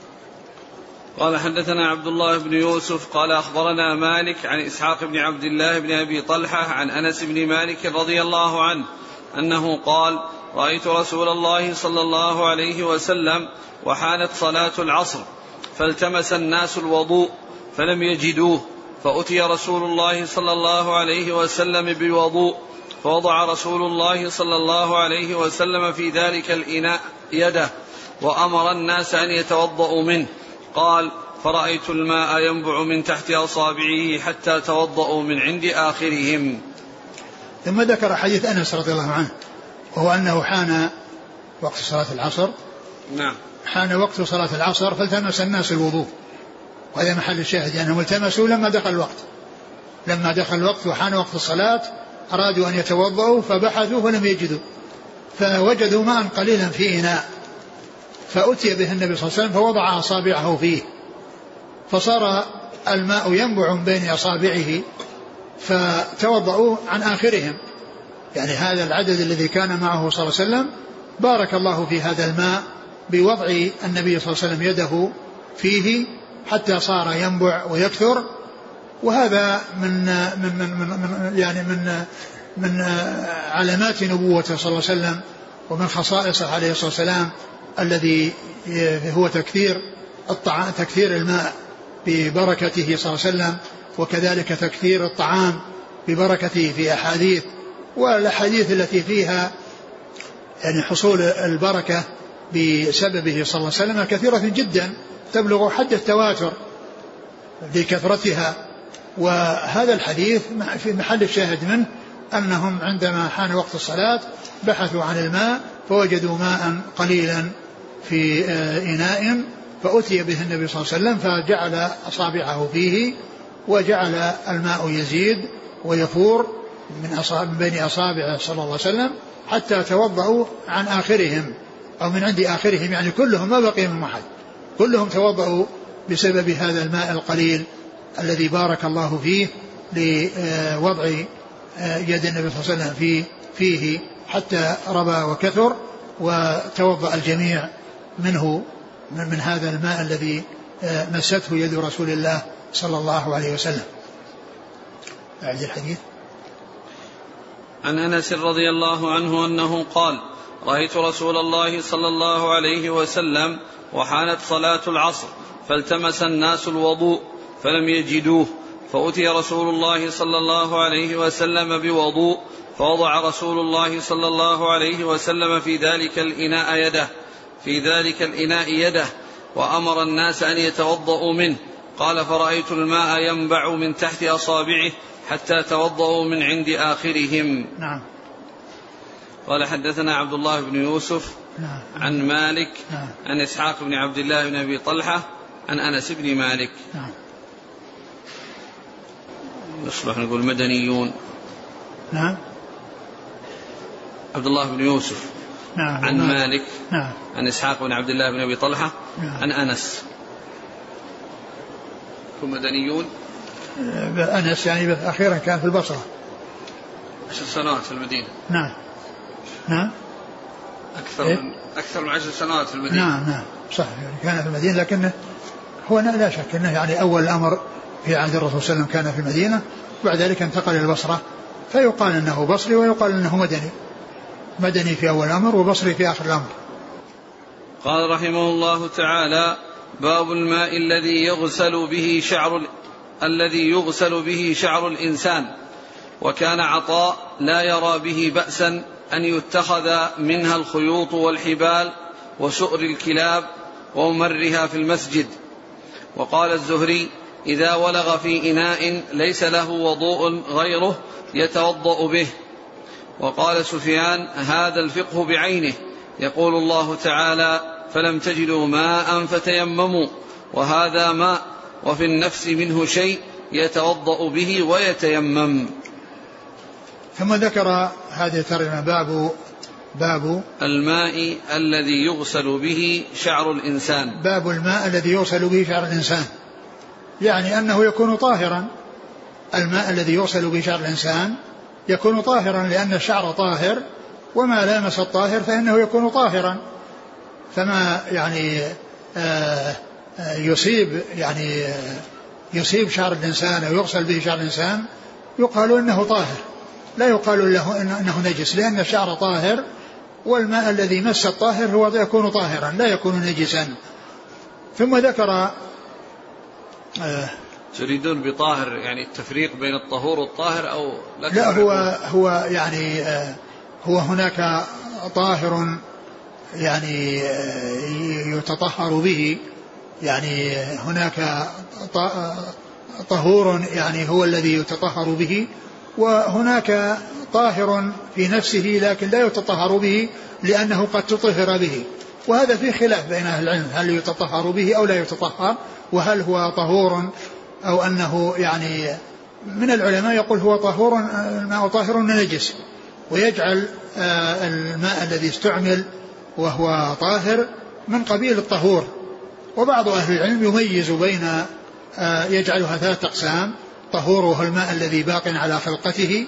قال حدثنا عبد الله بن يوسف قال أخبرنا مالك عن إسحاق بن عبد الله بن أبي طلحة عن أنس بن مالك رضي الله عنه أنه قال رأيت رسول الله صلى الله عليه وسلم وحانت صلاة العصر فالتمس الناس الوضوء فلم يجدوه فأتي رسول الله صلى الله عليه وسلم بوضوء فوضع رسول الله صلى الله عليه وسلم في ذلك الإناء يده وأمر الناس أن يتوضأوا منه. قال فرأيت الماء ينبع من تحت أصابعه حتى توضأوا من عند آخرهم. ثم ذكر حديث أنس رضي الله عنه وهو أنه حان وقت صلاة العصر. نعم. حان وقت صلاة العصر فالتمس الناس الوضوء، وهذا محل الشاهد لأنهم يعني التمسوا لما دخل الوقت لما دخل الوقت وحان وقت الصلاة أرادوا أن يتوضأوا فبحثوا فلم يجدوا، فوجدوا ماء قليلا في إناء فأتي به النبي صلى الله عليه وسلم فوضع أصابعه فيه فصار الماء ينبع من بين أصابعه فتوضأوا عن آخرهم، يعني هذا العدد الذي كان معه صلى الله عليه وسلم بارك الله في هذا الماء بوضع النبي صلى الله عليه وسلم يده فيه حتى صار ينبع ويكثر. وهذا من من من, من يعني من من علامات نبوته صلى الله عليه وسلم ومن خصائصه عليه الصلاة والسلام الذي هو تكثير الطعام تكثير الماء ببركته صلى الله عليه وسلم، وكذلك تكثير الطعام ببركته في أحاديث، والأحاديث التي فيها يعني حصول البركة بسببه صلى الله عليه وسلم كثيرة جدا تبلغ حد التواتر لكثرتها. وهذا الحديث في محل الشاهد منه أنهم عندما حان وقت الصلاة بحثوا عن الماء فوجدوا ماء قليلا في إناء فأتي به النبي صلى الله عليه وسلم فجعل أصابعه فيه وجعل الماء يزيد ويفور من, أصاب من بين أصابعه صلى الله عليه وسلم حتى توضأوا عن آخرهم أو من عند آخرهم، يعني كلهم ما بقي من أحد، كلهم توضأوا بسبب هذا الماء القليل الذي بارك الله فيه لوضع يد النبي صلى الله عليه وسلم فيه, فيه حتى ربى وكثر وتوضأ الجميع منه من هذا الماء الذي مسته يد رسول الله صلى الله عليه وسلم. أعد الحديث. عن أنس رضي الله عنه أنه قال رأيت رسول الله صلى الله عليه وسلم وحانت صلاة العصر فالتمس الناس الوضوء فلم يجدوه فأتي رسول الله صلى الله عليه وسلم بوضوء فوضع رسول الله صلى الله عليه وسلم في ذلك الإناء يده في ذلك الإناء يده وأمر الناس أن يتوضؤوا منه. قال فرأيت الماء ينبع من تحت أصابعه حتى توضؤوا من عند آخرهم. نعم. قال حدثنا عبد الله بن يوسف نعم. عن مالك نعم. عن إسحاق بن عبد الله بن أبي طلحة عن أنس بن مالك. نعم. يصلح نقول مدنيون. نعم. عبد الله بن يوسف نعم. عن مالك نعم. عن إسحاق بن عبد الله بن أبي طلحة نعم. عن أنس. هم مدنيون. أنس يعني أخيرا كان في البصرة عشر سنوات في المدينة. نعم. نعم. أكثر إيه؟ من أكثر من عشر سنوات في المدينة. نعم نعم صح يعني كان في المدينة لكنه هو لا شك أنه يعني أول الأمر في عهد الرسول صلى الله عليه وسلم كان في المدينة وبعد ذلك انتقل إلى البصرة فيقال أنه بصري ويقال أنه مدني مدني في أول الأمر وبصري في آخر الأمر. قال رحمه الله تعالى باب الماء الذي يغسل به شعر الذي يغسل به شعر الإنسان. وكان عطاء لا يرى به بأسا أن يتخذ منها الخيوط والحبال وسؤر الكلاب وممرها في المسجد. وقال الزهري إذا ولغ في إناء ليس له وضوء غيره يتوضأ به. وقال سفيان هذا الفقه بعينه يقول الله تعالى فلم تجدوا ماء فتيمموا وهذا ماء وفي النفس منه شيء يتوضأ به ويتيمم. ثم ذكر هذه الترجمة باب باب الماء الذي يغسل به شعر الإنسان. باب الماء الذي يغسل به شعر الإنسان يعني أنه يكون طاهرا. الماء الذي يغسل به شعر الإنسان يكون طاهرا لأن الشعر طاهر وما لامس الطاهر فإنه يكون طاهرا. فما يعني آه يصيب يعني يصيب شعر الإنسان أو يغسل به شعر الإنسان يقال إنه طاهر لا يقال له إنه نجس لأن الشعر طاهر والماء الذي مس الطاهر هو يكون طاهرا لا يكون نجسا. ثم ذكر آه تريدون بطاهر يعني التفريق بين الطهور والطاهر أو لا, لا هو هو يعني آه هو هناك طاهر يعني آه يتطهر به يعني هناك طهور يعني هو الذي يتطهر به وهناك طاهر في نفسه لكن لا يتطهر به لأنه قد تطهر به. وهذا في خلاف بين أهل العلم هل يتطهر به أو لا يتطهر وهل هو طهور أو أنه يعني من العلماء يقول هو طهور الماء طاهر نجس ويجعل الماء الذي استعمل وهو طاهر من قبيل الطهور. وبعض أهل العلم يميز بين يجعلها ثلاث أقسام طهوره الماء الذي باق على خلقته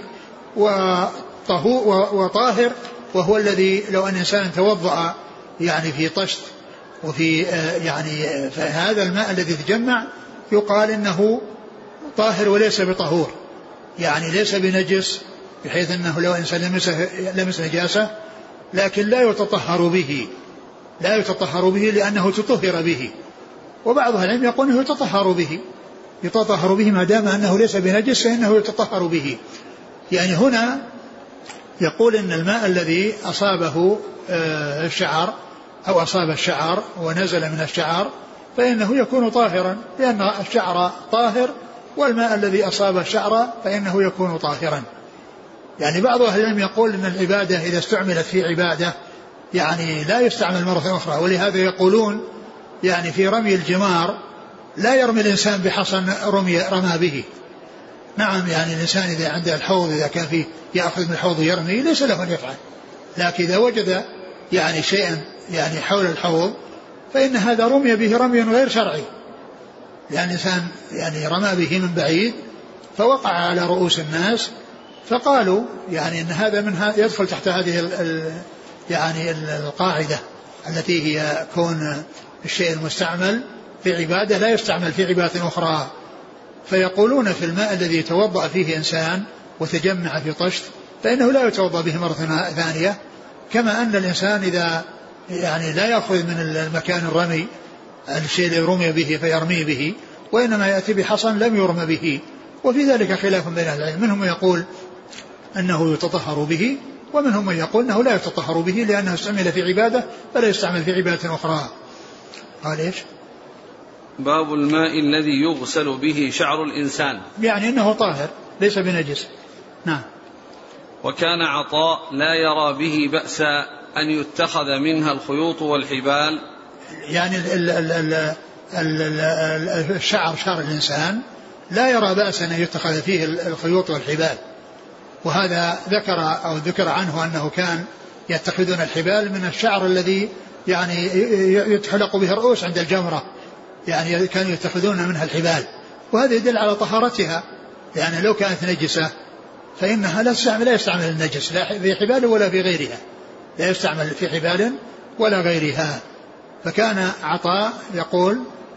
وطاهر وهو الذي لو أن إنسان توضأ يعني في طشت وفي يعني فهذا الماء الذي تجمع يقال إنه طاهر وليس بطهور يعني ليس بنجس بحيث أنه لو إنسان لمس, لمس نجاسة لكن لا يتطهر به لا يتطهر به لأنه تطهر به. وبعض العلم يقول أنه يتطهر به يتطهر به ما دام أنه ليس بنجس فإنه يتطهر به. يعني هنا يقول إن الماء الذي أصابه الشعر أو أصاب الشعر ونزل من الشعر فإنه يكون طاهرا لأن الشعر طاهر والماء الذي أصاب الشعر فإنه يكون طاهرا. يعني بعض أهل العلم يقول إن العبادة إذا استعملت في عبادة يعني لا يستعمل مرة أخرى ولهذا يقولون يعني في رمي الجمار لا يرمي الإنسان بحصن رمي رمى به. نعم يعني الإنسان إذا عنده الحوض إذا كان فيه يأخذ من الحوض ويرمي ليس له أن يفعل لكن إذا وجد يعني شيئا يعني حول الحوض فإن هذا رمي به رمي غير شرعي يعني الإنسان يعني رمى به من بعيد فوقع على رؤوس الناس فقالوا يعني أن هذا من يدخل تحت هذه ال ال يعني القاعدة التي هي كون الشيء المستعمل في عبادة لا يستعمل في عبادة أخرى. فيقولون في الماء الذي يتوضأ فيه إنسان وتجمع في طشت فإنه لا يتوضأ به مرة ثانية كما أن الإنسان إذا يعني لا يأخذ من المكان الرمي الشيء اللي رمي به فيرمي به وإنما يأتي بحصن لم يرمى به وفي ذلك خلاف بين أهل العلم، منهم من يقول أنه يتطهر به، ومنهم من يقول أنه لا يتطهر به لأنه استعمل في عبادة فلا يستعمل في عبادة أخرى. قال إيش؟ باب الماء الذي يغسل به شعر الإنسان، يعني أنه طاهر ليس بنجس. نعم. وكان عطاء لا يرى به بأسا أن يتخذ منها الخيوط والحبال، يعني ال ال ال ال ال الشعر شعر الإنسان لا يرى بأسا أن يتخذ فيه الخيوط والحبال، وهذا ذكر أو ذكر عنه أنه كان يتخذون الحبال من الشعر الذي يعني يتحلق به الرؤوس عند الجمرة، يعني كانوا يتخذون منها الحبال، وهذا يدل على طهارتها، يعني لو كانت نجسة فإنها لا يستعمل, لا يستعمل النجس لا في حبال ولا في غيرها، لا يستعمل في حبال ولا غيرها. فكان عطاء يقول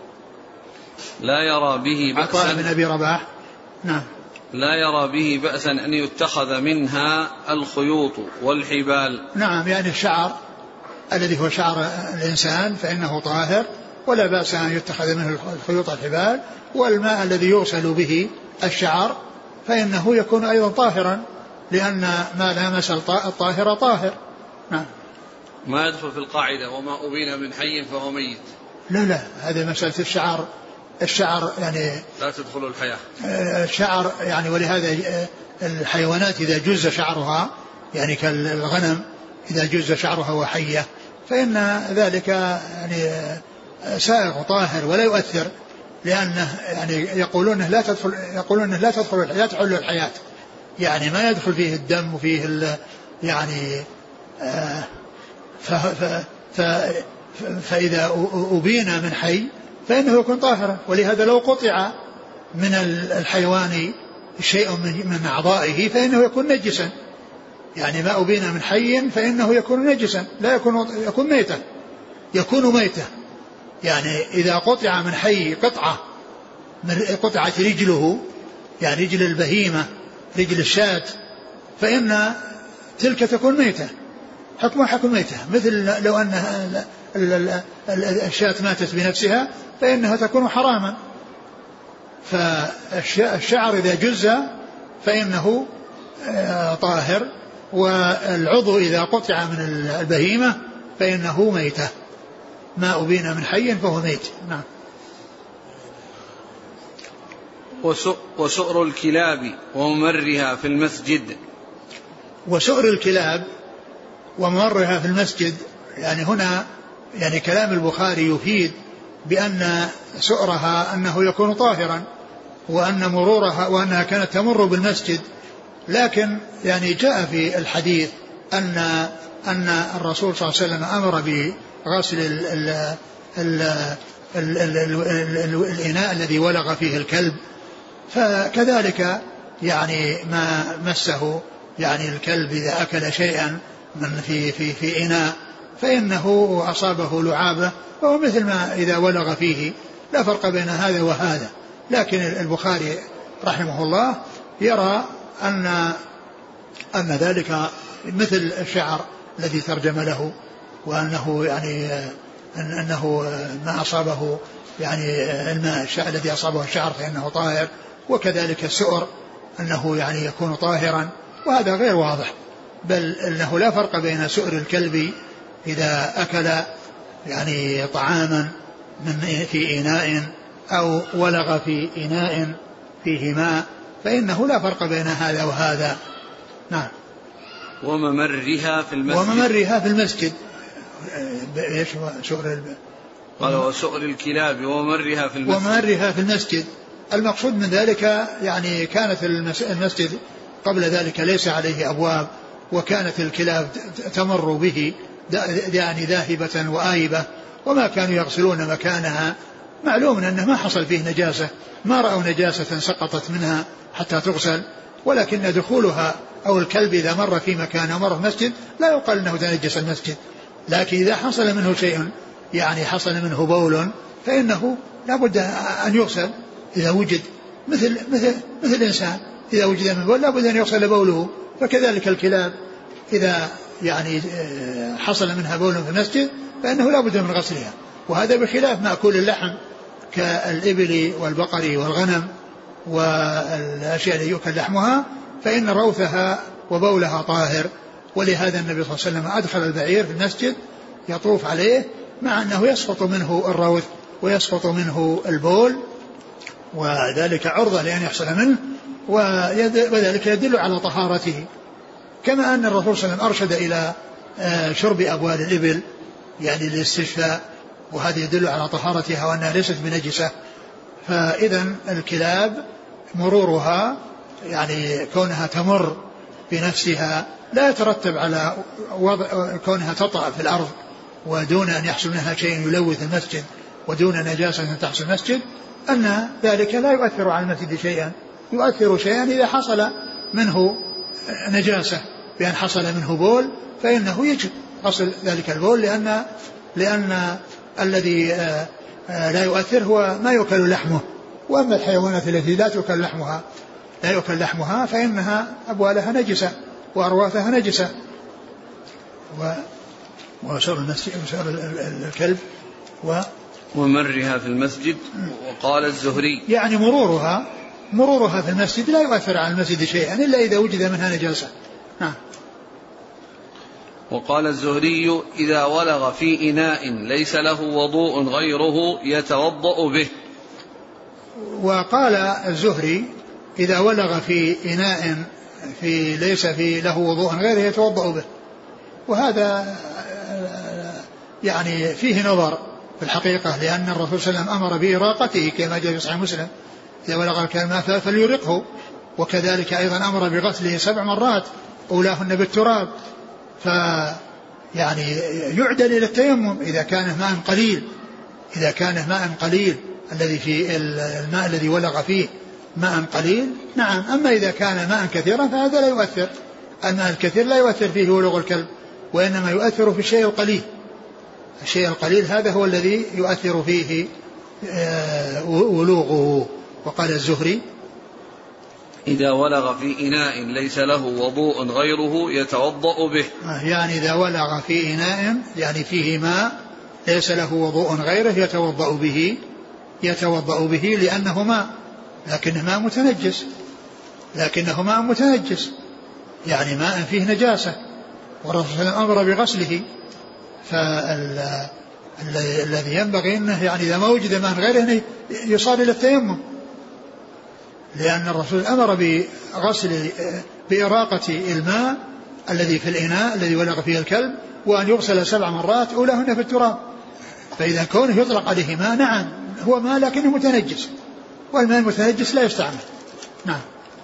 لا يرى به بأسا، عطاء بن أبي رباح نعم، لا يرى به بأسا أن يتخذ منها الخيوط والحبال. نعم، يعني الشعر الذي هو شعر الإنسان فإنه طاهر ولا بأس أن يتخذ منه الخيوط والحبال، والماء الذي يغسل به الشعر فإنه يكون أيضا طاهرا، لأن ما لامس الطاهر طاهر. نعم. ما يدخل في القاعدة وما أبين من حي فهو ميت. لا لا، هذه مسألة الشعر، الشعر يعني لا تدخل الحياة الشعر يعني، ولهذا الحيوانات إذا جز شعرها يعني كالغنم إذا جز شعرها وحية فإن ذلك يعني سائغ طاهر ولا يؤثر، لأنه يعني يقولون لا تدخل يقولون لا تدخل لا تحل الحياة، يعني ما يدخل فيه الدم وفيه يعني آه ف ف ف فإذا أبين من حي فإنه يكون طاهرا. ولهذا لو قطع من الحيوان شيء من أعضائه فإنه يكون نجسا، يعني ما أبين من حي فإنه يكون نجسا، لا يكون يكون ميتا، يكون ميتا. يعني إذا قطع من حي قطعة من قطعت رجله، يعني رجل البهيمة رجل الشاة، فإن تلك تكون ميتة، حكمها حكم ميتة، مثل لو أن الشاة ماتت بنفسها فإنها تكون حراما. فالشعر إذا جز فإنه طاهر، والعضو إذا قطع من البهيمة فإنه ميتة، ما أبين من حي فهو ميت. نعم. وسؤر الكلاب وممرها في المسجد، وسؤر الكلاب وممرها في المسجد، يعني هنا يعني كلام البخاري يفيد بأن سؤرها أنه يكون طاهرا، وأن مرورها وأنها كانت تمر بالمسجد، لكن يعني جاء في الحديث أن أن الرسول صلى الله عليه وسلم أمر بغسل ال ال ال ال ال ال ال الإناء الذي ولغ فيه الكلب، فكذلك يعني ما مسه يعني الكلب إذا أكل شيئا من في في في إناء فإنه أصابه لعابة فهو مثل ما إذا ولغ فيه، لا فرق بين هذا وهذا. لكن البخاري رحمه الله يرى أن أن ذلك مثل الشعر الذي ترجم له، وأنه يعني أنه ما أصابه يعني الماء الذي أصابه الشعر فإنه طاهر، وكذلك السؤر أنه يعني يكون طاهرا، وهذا غير واضح، بل أنه لا فرق بين سؤر الكلب إذا أكل يعني طعاما من في إناء أو ولغ في إناء فيه ماء، فإنه لا فرق بين هذا وهذا. نعم. وممرها في المسجد، وممرها في المسجد ايش سؤر قال وسؤر الكلاب وممرها في المسجد، وممرها في المسجد. المقصود من ذلك يعني كانت المسجد قبل ذلك ليس عليه أبواب، وكانت الكلاب تمر به يعني ذاهبة وآيبة، وما كانوا يغسلون مكانها، معلوم أنه ما حصل فيه نجاسة، ما رأوا نجاسة سقطت منها حتى تغسل، ولكن دخولها أو الكلب إذا مر في مكان أو مر في مسجد لا يقال أنه تنجس المسجد، لكن إذا حصل منه شيء يعني حصل منه بول فإنه لا بد أن يغسل إذا وجد، مثل مثل مثل الإنسان إذا وجد من بول لا بد أن يغسل بوله، فكذلك الكلاب إذا يعني حصل منها بول في المسجد فإنه لا بد من غسلها. وهذا بخلاف مأكول اللحم كالإبل والبقر والغنم، والأشياء التي يؤكل لحمها فإن روثها وبولها طاهر. ولهذا النبي صلى الله عليه وسلم أدخل البعير في المسجد يطوف عليه مع أنه يسقط منه الروث ويسقط منه البول، وذلك عرضة لأن يحصل منه، وذلك يدل على طهارته. كما أن الرسول صلى الله عليه وسلم أرشد إلى شرب أبوال الإبل يعني للاستشفاء، وهذا يدل على طهارتها وأنها ليست بنجسة. فإذا الكلاب مرورها يعني كونها تمر بنفسها لا يترتب على وضع كونها تطأ في الأرض ودون أن يحصل منها شيء يلوث المسجد ودون نجاسة تحصل المسجد، أن ذلك لا يؤثر على المسجد شيئا. يؤثر شيئا إذا حصل منه نجاسة، بأن حصل منه بول فإنه يجب غسل ذلك البول، لأن لأن الذي لا يؤثر هو ما يؤكل لحمه. وأما الحيوانات التي لا تؤكل لحمها لا يؤكل لحمها فإنها أبوالها نجسة وأرواثها نجسة. وشر المسجد وشر الكلب و ومرها في المسجد. وقال الزهري يعني مرورها مرورها في المسجد لا يؤثر على المسجد شيئا إلا إذا وجد منها نجاسة. نعم. وقال الزهري إذا ولغ في إناء ليس له وضوء غيره يتوضأ به. وقال الزهري إذا ولغ في إناء في ليس في له وضوء غيره يتوضأ به، وهذا يعني فيه نظر في الحقيقة، لأن الرسول صلى الله عليه وسلم أمر بإراقته كما جاء في صحيح مسلم إذا ولغ الكلمة فليرقه، وكذلك أيضا أمر بغسله سبع مرات أولاهن بالتراب. فيعني يعدل إلى التيمم إذا كان ماء قليل إذا كان ماء قليل الذي في الماء الذي ولغ فيه ماء قليل. نعم. أما إذا كان ماء كثيرا فهذا لا يؤثر. الماء الكثير لا يؤثر فيه ولغ الكلب، وإنما يؤثر في الشيء القليل. الشيء القليل هذا هو الذي يؤثر فيه ولوغه. وقال الزهري إذا ولغ في إناء ليس له وضوء غيره يتوضأ به، يعني إذا ولغ في إناء يعني فيه ماء ليس له وضوء غيره يتوضأ به يتوضأ به لأنه ماء، لكنه ماء متنجس لكنه ماء متنجس يعني ماء فيه نجاسة، والرسول صلى الله عليه وسلم أمر بغسله. فالذي ينبغي أنه يعني إذا ما وجد ماء غيره يصار إلى التيمم، لأن الرسول أمر بغسل بإراقة الماء الذي في الإناء الذي ولغ فيه الكلب، وأن يغسل سبع مرات أولاهن في التراب. فإذا كونه يطلق عليه ماء نعم هو ماء لكنه متنجس، والماء المتنجس لا يستعمل. نعم.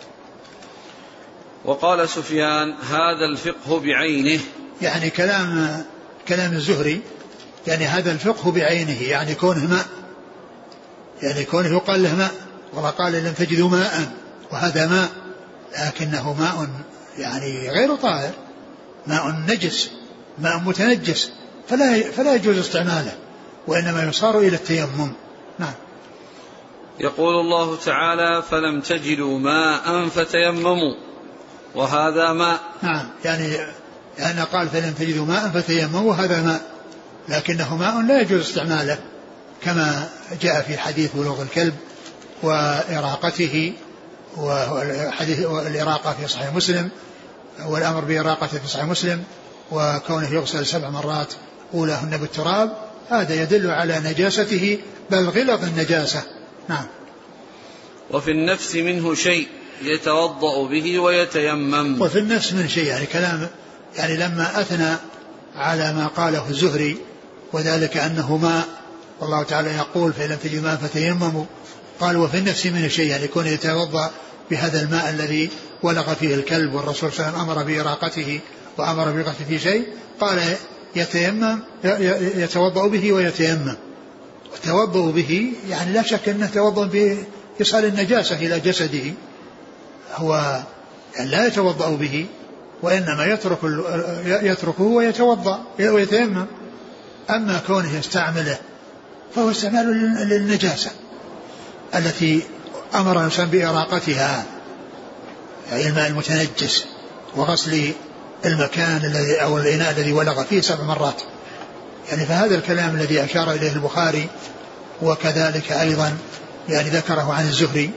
وقال سفيان هذا الفقه بعينه، يعني كلام كلام الزهري يعني هذا الفقه بعينه، يعني كونه ماء يعني كونه يقال له ماء، وقال لم تجدوا ماء وهذا ماء، لكنه ماء يعني غير طاهر، ماء نجس ماء متنجس، فلا فلا يجوز استعماله، وإنما يصار إلى التيمم. نعم. يقول الله تعالى فلم تجدوا ماء فتيمموا، وهذا ماء. نعم. يعني يعني قال فلم تجدوا ماء فتيمموا، وهذا ماء لكنه ماء لا يجوز استعماله، كما جاء في حديث بلوغ الكلب وإراقته، وحديث الإراقة في صحيح مسلم، والأمر بإراقته في صحيح مسلم، وكونه يغسل سبع مرات أولاهن بالتراب، هذا يدل على نجاسته بل غلظ النجاسة. نعم. وفي النفس منه شيء يتوضأ به ويتيمم. وفي النفس من شيء يعني كلام يعني لما أثنى على ما قاله الزهري وذلك أنه ماء، والله تعالى يقول فإن لم تجد ماء فتيمموا، قال وفي النفس من شيء يعني يكون يتوضأ بهذا الماء الذي ولغ فيه الكلب، والرسول صلى الله عليه وسلم أمر بإراقته وأمر بغسله في شيء، قال يتيمم يتوضأ به ويتيمم. وتوضأ به يعني لا شك أنه توضأ بإيصال النجاسة إلى جسده، هو يعني لا يتوضأ به وإنما يترك يتركه ويتوضأ ويتيمم. أما كونه يستعمله فهو استعمال للنجاسة التي أمر الإنسان بإراقتها، يعني الماء المتنجس، وغسل المكان الذي أو الإناء الذي ولغ فيه سبع مرات. يعني فهذا الكلام الذي أشار إليه البخاري وكذلك أيضا يعني ذكره عن الزهري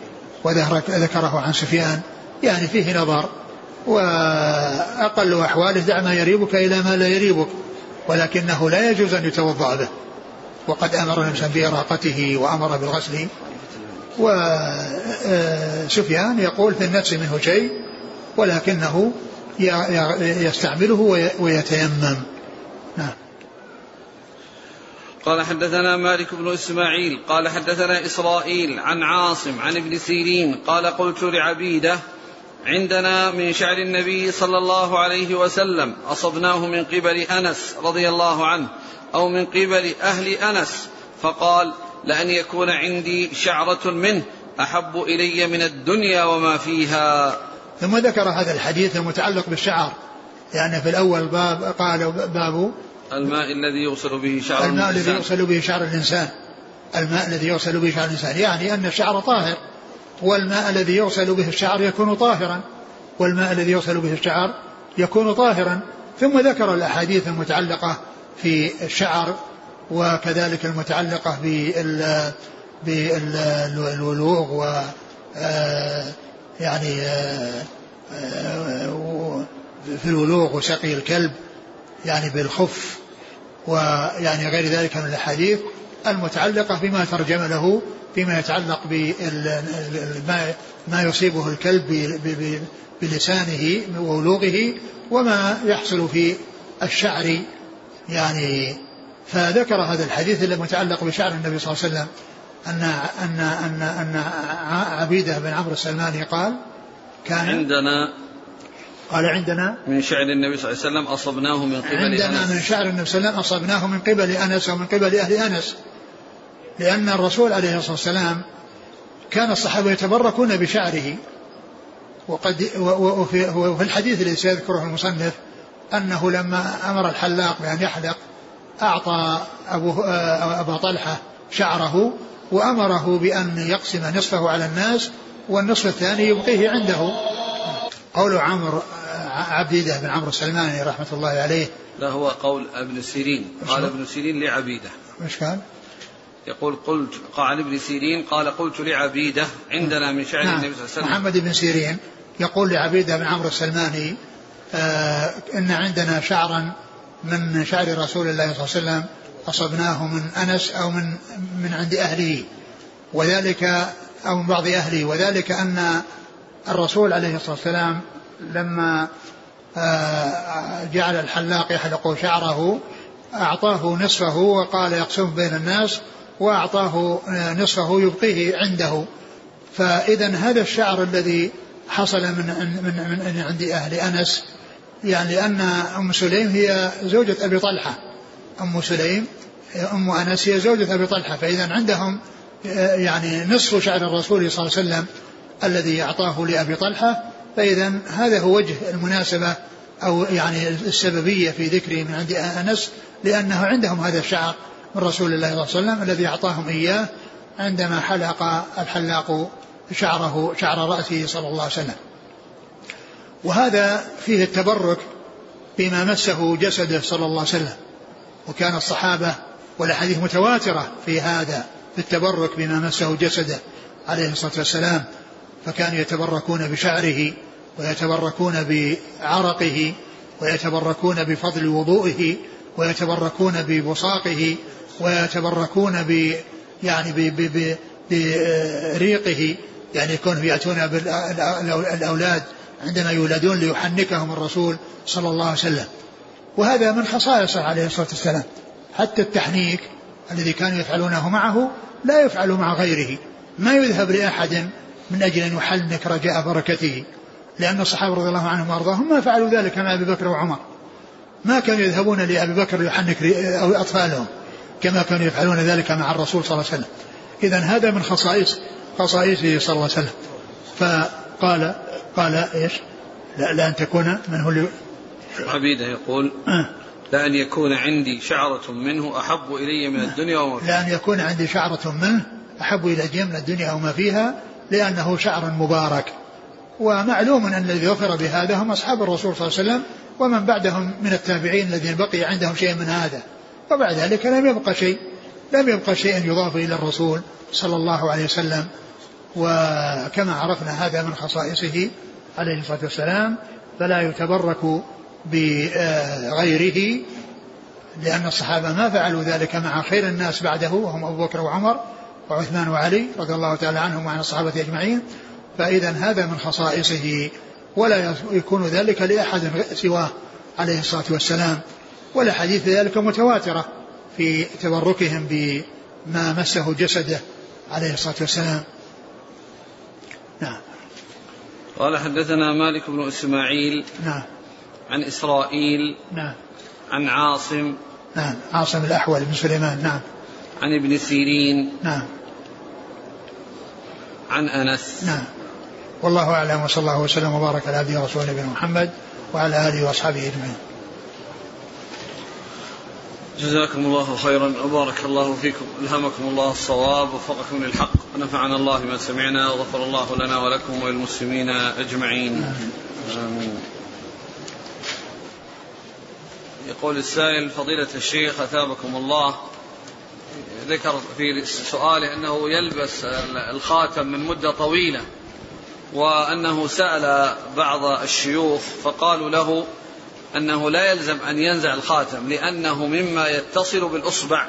وذكره عن سفيان يعني فيه نظر، وأقل أحواله دع ما يريبك إلى ما لا يريبك، ولكنه لا يجوز أن يتوضأ به، وقد أمر الإنسان بإراقته وأمر بالغسل. وسفيان يقول في النفس منه شيء ولكنه يستعمله ويتيمم. نعم. قال حدثنا مالك بن إسماعيل قال حدثنا إسرائيل عن عاصم عن ابن سيرين قال قلت لعبيدة عندنا من شعر النبي صلى الله عليه وسلم أصبناه من قبل أنس رضي الله عنه أو من قبل أهل أنس، فقال لأن يكون عندي شعرة منه أحب إلي من الدنيا وما فيها. ثم ذكر هذا الحديث المتعلق بالشعر، يعني في الأول باب قال باب الماء الذي يغسل به شعر الماء الإنسان. الذي يغسل به شعر الإنسان الماء الذي يغسل به شعر الإنسان، يعني أن الشعر طاهر، والماء الذي يغسل به الشعر يكون طاهرا والماء الذي يغسل به الشعر يكون طاهرا. ثم ذكر الأحاديث المتعلقة في الشعر وكذلك المتعلقة بال بالولوغ و يعني في الولوغ وسقي الكلب يعني بالخف، ويعني غير ذلك من الأحاديث المتعلقة بما ترجم له فيما يتعلق بما يصيبه الكلب بلسانه وولوغه وما يحصل في الشعر يعني. فذكر هذا الحديث المتعلق بشعر النبي صلى الله عليه وسلم أن أن أن أن عبيدة بن عمرو السلماني قال كان عندنا قال عندنا من شعر النبي صلى الله عليه وسلم أصبناه من قبل عندنا أنس من شعر النبي صلى الله عليه وسلم أصبناه من قبل أنس ومن قبل أهل أنس، لأن الرسول عليه الصلاة والسلام كان الصحابة يتبركون بشعره. وقد وفي الحديث الذي سيذكره المصنف أنه لما أمر الحلاق بأن يحلق أعطى أبو أبا طلحة شعره وأمره بأن يقسم نصفه على الناس والنصف الثاني يبقيه عنده. قول عمرو عبيدة بن عمرو السلماني رحمة الله عليه لا هو قول ابن سيرين، قال ابن سيرين لعبيدة مش كان يقول قلت قال ابن سيرين قال قلت لعبيدة عندنا من شعر نعم. النبي صلى الله عليه وسلم محمد بن سيرين يقول لعبيدة بن عمرو السلماني آه إن عندنا شعرا من شعر رسول الله صلى الله عليه وسلم أصبناه من أنس أو من من عند أهله وذلك أو من بعض أهله، وذلك أن الرسول عليه الصلاة والسلام لما جعل الحلاق يحلق شعره أعطاه نصفه وقال يقسم بين الناس وأعطاه نصفه يبقيه عنده. فإذا هذا الشعر الذي حصل من من من عند أهل أنس يعني لأن أم سليم هي زوجة أبي طلحة، أم سليم أم أنس هي زوجة أبي طلحة، فإذا عندهم يعني نصف شعر الرسول صلى الله عليه وسلم الذي أعطاه لأبي طلحة. فإذا هذا هو وجه المناسبة أو يعني السببية في ذكره من عند أنس، لأنه عندهم هذا الشعر من رسول الله صلى الله عليه وسلم الذي أعطاهم إياه عندما حلق الحلاق شعره شعر رأسه صلى الله عليه وسلم. وهذا فيه التبرك بما مسه جسده صلى الله عليه وسلم، وكان الصحابة والأحاديث متواترة في هذا في التبرك بما مسه جسده عليه الصلاة والسلام، فكانوا يتبركون بشعره ويتبركون بعرقه ويتبركون بفضل وضوئه ويتبركون ببصاقه ويتبركون ب يعني بريقه، يعني يكونوا يأتون بالأولاد عندما يولدون ليحنكهم الرسول صلى الله عليه وسلم. وهذا من خصائصه عليه الصلاة والسلام، حتى التحنيك الذي كانوا يفعلونه معه لا يفعل مع غيره، ما يذهب لأحد من أجل أن يحنك رجاء بركته، لأن الصحابة رضي الله عنهم وأرضاهم ما فعلوا ذلك مع أبي بكر وعمر، ما كانوا يذهبون لأبي بكر ليحنك أو أطفالهم كما كانوا يفعلون ذلك مع الرسول صلى الله عليه وسلم. إذن هذا من خصائص خصائصه صلى الله عليه وسلم. فقال قال إيش لا, لا أن تكون من هو اللي عبيدة يقول أه لأن يكون عندي شعرة منه أحب إلي من الدنيا وما فيها. لأن يكون عندي شعرة منه أحب إلي من الدنيا وما فيها، لأنه شعر مبارك. ومعلوم أن الذي ظفر بهذا هم أصحاب الرسول صلى الله عليه وسلم ومن بعدهم من التابعين الذين بقي عندهم شيء من هذا، وبعد ذلك لم يبقى شيء لم يبقى شيء يضاف إلى الرسول صلى الله عليه وسلم. وكما عرفنا هذا من خصائصه عليه الصلاة والسلام، فلا يتبرك بغيره، لأن الصحابة ما فعلوا ذلك مع خير الناس بعده وهم أبو بكر وعمر وعثمان وعلي رضي الله تعالى عنهم وعن الصحابة أجمعين. فإذا هذا من خصائصه، ولا يكون ذلك لأحد سواه عليه الصلاة والسلام، ولا حديث ذلك متواترة في تبركهم بما مسه جسده عليه الصلاة والسلام. نعم. قال حدثنا مالك بن إسماعيل نعم عن إسرائيل نعم عن عاصم نعم عاصم الأحول بن سليمان نعم عن ابن سيرين نعم عن أنس. نعم. والله أعلم، وصلى الله وسلم وبارك على عبده ورسوله نبينا محمد وعلى آله وأصحابه أجمعين. جزاكم الله خيرا وبارك الله فيكم، ألهمكم الله الصواب ووفقكم للحق، ونفعنا الله بما سمعنا، وغفر الله لنا ولكم وللمسلمين أجمعين. آمين. يقول السائل: فضيلة الشيخ أثابكم الله، ذكر في سؤاله أنه يلبس الخاتم من مدة طويلة، وأنه سأل بعض الشيوخ فقالوا له أنه لا يلزم أن ينزع الخاتم لأنه مما يتصل بالأصبع،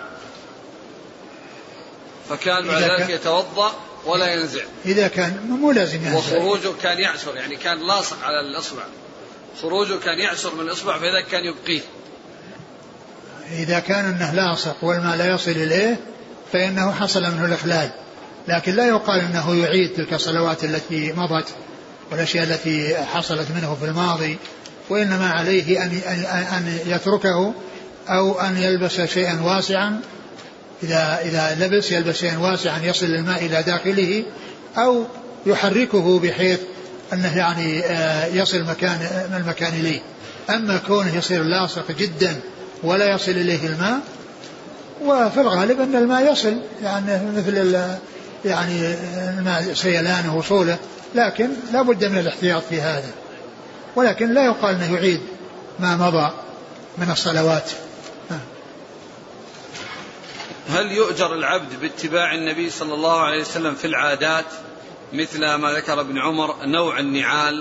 فكان بعد ذلك يتوضأ ولا ينزع. إذا كان مو لازم ينزع، وخروجه كان يعسر، يعني كان لاصق على الأصبع، خروجه كان يعسر من الأصبع، فإذا كان يبقيه. إذا كان أنه لاصق والماء لا يصل إليه فإنه حصل منه الإخلال، لكن لا يقال أنه يعيد تلك الصلوات التي مضت والأشياء التي حصلت منه في الماضي، وإنما عليه أن أن يتركه أو أن يلبس شيئا واسعا، إذا إذا لبس يلبس شيئا واسعا يصل الماء إلى داخله، أو يحركه بحيث أنه يعني يصل مكان من المكان إليه. أما كونه يصير لاصق جدا ولا يصل إليه الماء، وفي الغالب أن الماء يصل، يعني مثل يعني الماء سيلانه وصوله، لكن لا بد من الاحتياط في هذا، ولكن لا يقال أنه يعيد ما مضى من الصلوات. هل يؤجر العبد باتباع النبي صلى الله عليه وسلم في العادات مثل ما ذكر ابن عمر نوع النعال؟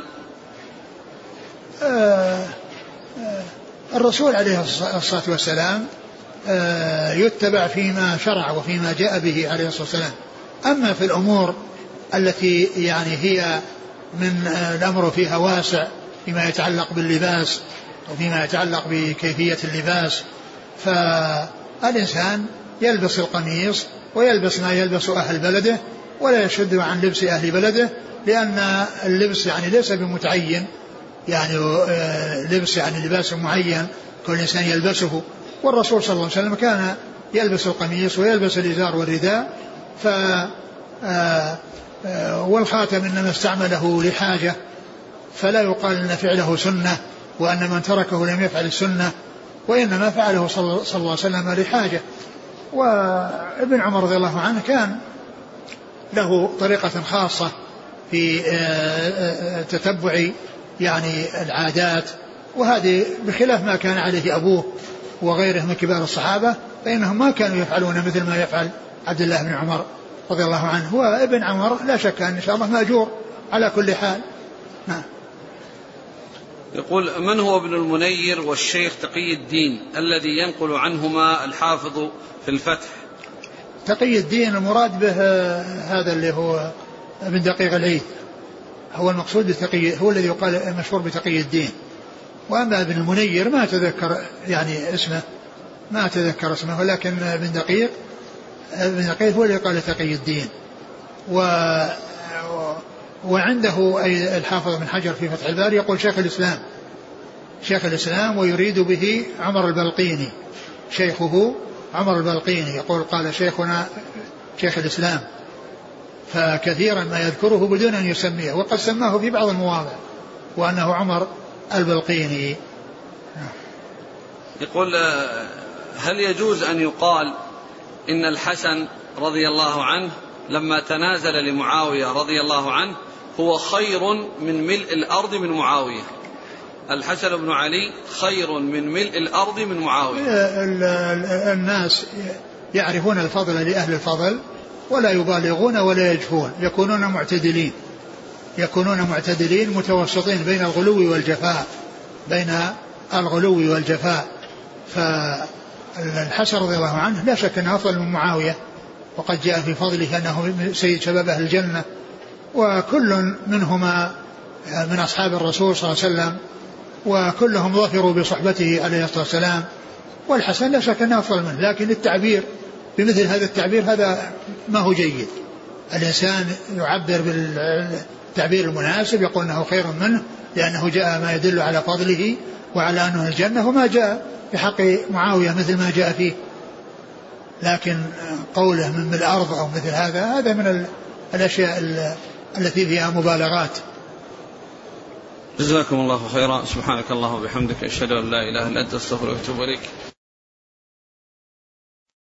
آه آه الرسول عليه الصلاة والسلام آه يتبع فيما شرع وفيما جاء به عليه الصلاة والسلام. أما في الأمور التي يعني هي من آه الأمر فيها واسع فيما يتعلق باللباس وفيما يتعلق بكيفية اللباس، فالإنسان يلبس القميص ويلبس ما يلبس أهل بلده ولا يشد عن لبس أهل بلده، لأن اللبس يعني ليس بمتعين، يعني لبس يعني لباس معين كل إنسان يلبسه. والرسول صلى الله عليه وسلم كان يلبس القميص ويلبس الإزار والرداء، ف والخاتم إنما استعمله لحاجة، فلا يقال أن فعله سنة وأن من تركه لم يفعل السنة، وإنما فعله صلى الله عليه وسلم لحاجة. وابن عمر رضي الله عنه كان له طريقة خاصة في تتبع يعني العادات، وهذه بخلاف ما كان عليه أبوه وغيره من كبار الصحابة، فإنهم ما كانوا يفعلون مثل ما يفعل عبد الله بن عمر رضي الله عنه. وابن عمر لا شك أن شاء الله مأجور على كل حال. نعم. يقول: من هو ابن المنير والشيخ تقي الدين الذي ينقل عنهما الحافظ في الفتح؟ تقي الدين المراد به هذا اللي هو ابن دقيق العيد، هو المقصود بتقي، هو الذي يقال مشهور بتقي الدين. وأما ابن المنير ما أتذكر يعني اسمه، ما أتذكر اسمه، ولكن ابن دقيق ابن دقيق هو اللي قال تقي الدين. و وعنده أي الحافظ بن حجر في فتح الباري يقول شيخ الإسلام، شيخ الإسلام، ويريد به عمر البلقيني، شيخه عمر البلقيني، يقول قال شيخنا شيخ الإسلام، فكثيرا ما يذكره بدون أن يسميه، وقد سماه في بعض المواضع وأنه عمر البلقيني. يقول: هل يجوز أن يقال إن الحسن رضي الله عنه لما تنازل لمعاوية رضي الله عنه هو خير من ملء الأرض من معاوية؟ الحسن بن علي خير من ملء الأرض من معاوية. الناس يعرفون الفضل لأهل الفضل، ولا يبالغون ولا يجفون، يكونون معتدلين يكونون معتدلين متوسطين بين الغلو والجفاء بين الغلو والجفاء. فالحسن رضي الله عنه لا شك أنه أفضل من معاوية، وقد جاء في فضله أنه سيد شباب أهل الجنة، وكل منهما من أصحاب الرسول صلى الله عليه وسلم، وكلهم ظفروا بصحبته عليه الصلاة والسلام. والحسن لا شك أنه أفضل منه، لكن التعبير بمثل هذا التعبير هذا ما هو جيد. الإنسان يعبر بالتعبير المناسب، يقول أنه خير منه لأنه جاء ما يدل على فضله وعلى أنه الجنة، وما جاء بحق معاوية مثل ما جاء فيه. لكن قوله من الأرض أو مثل هذا هذا من الأشياء التي فيها مبالغات. جزاكم الله خيرا. سبحانك اللهم وبحمدك، أشهد أن لا إله إلا أنت، أستغفرك وأتوب إليك.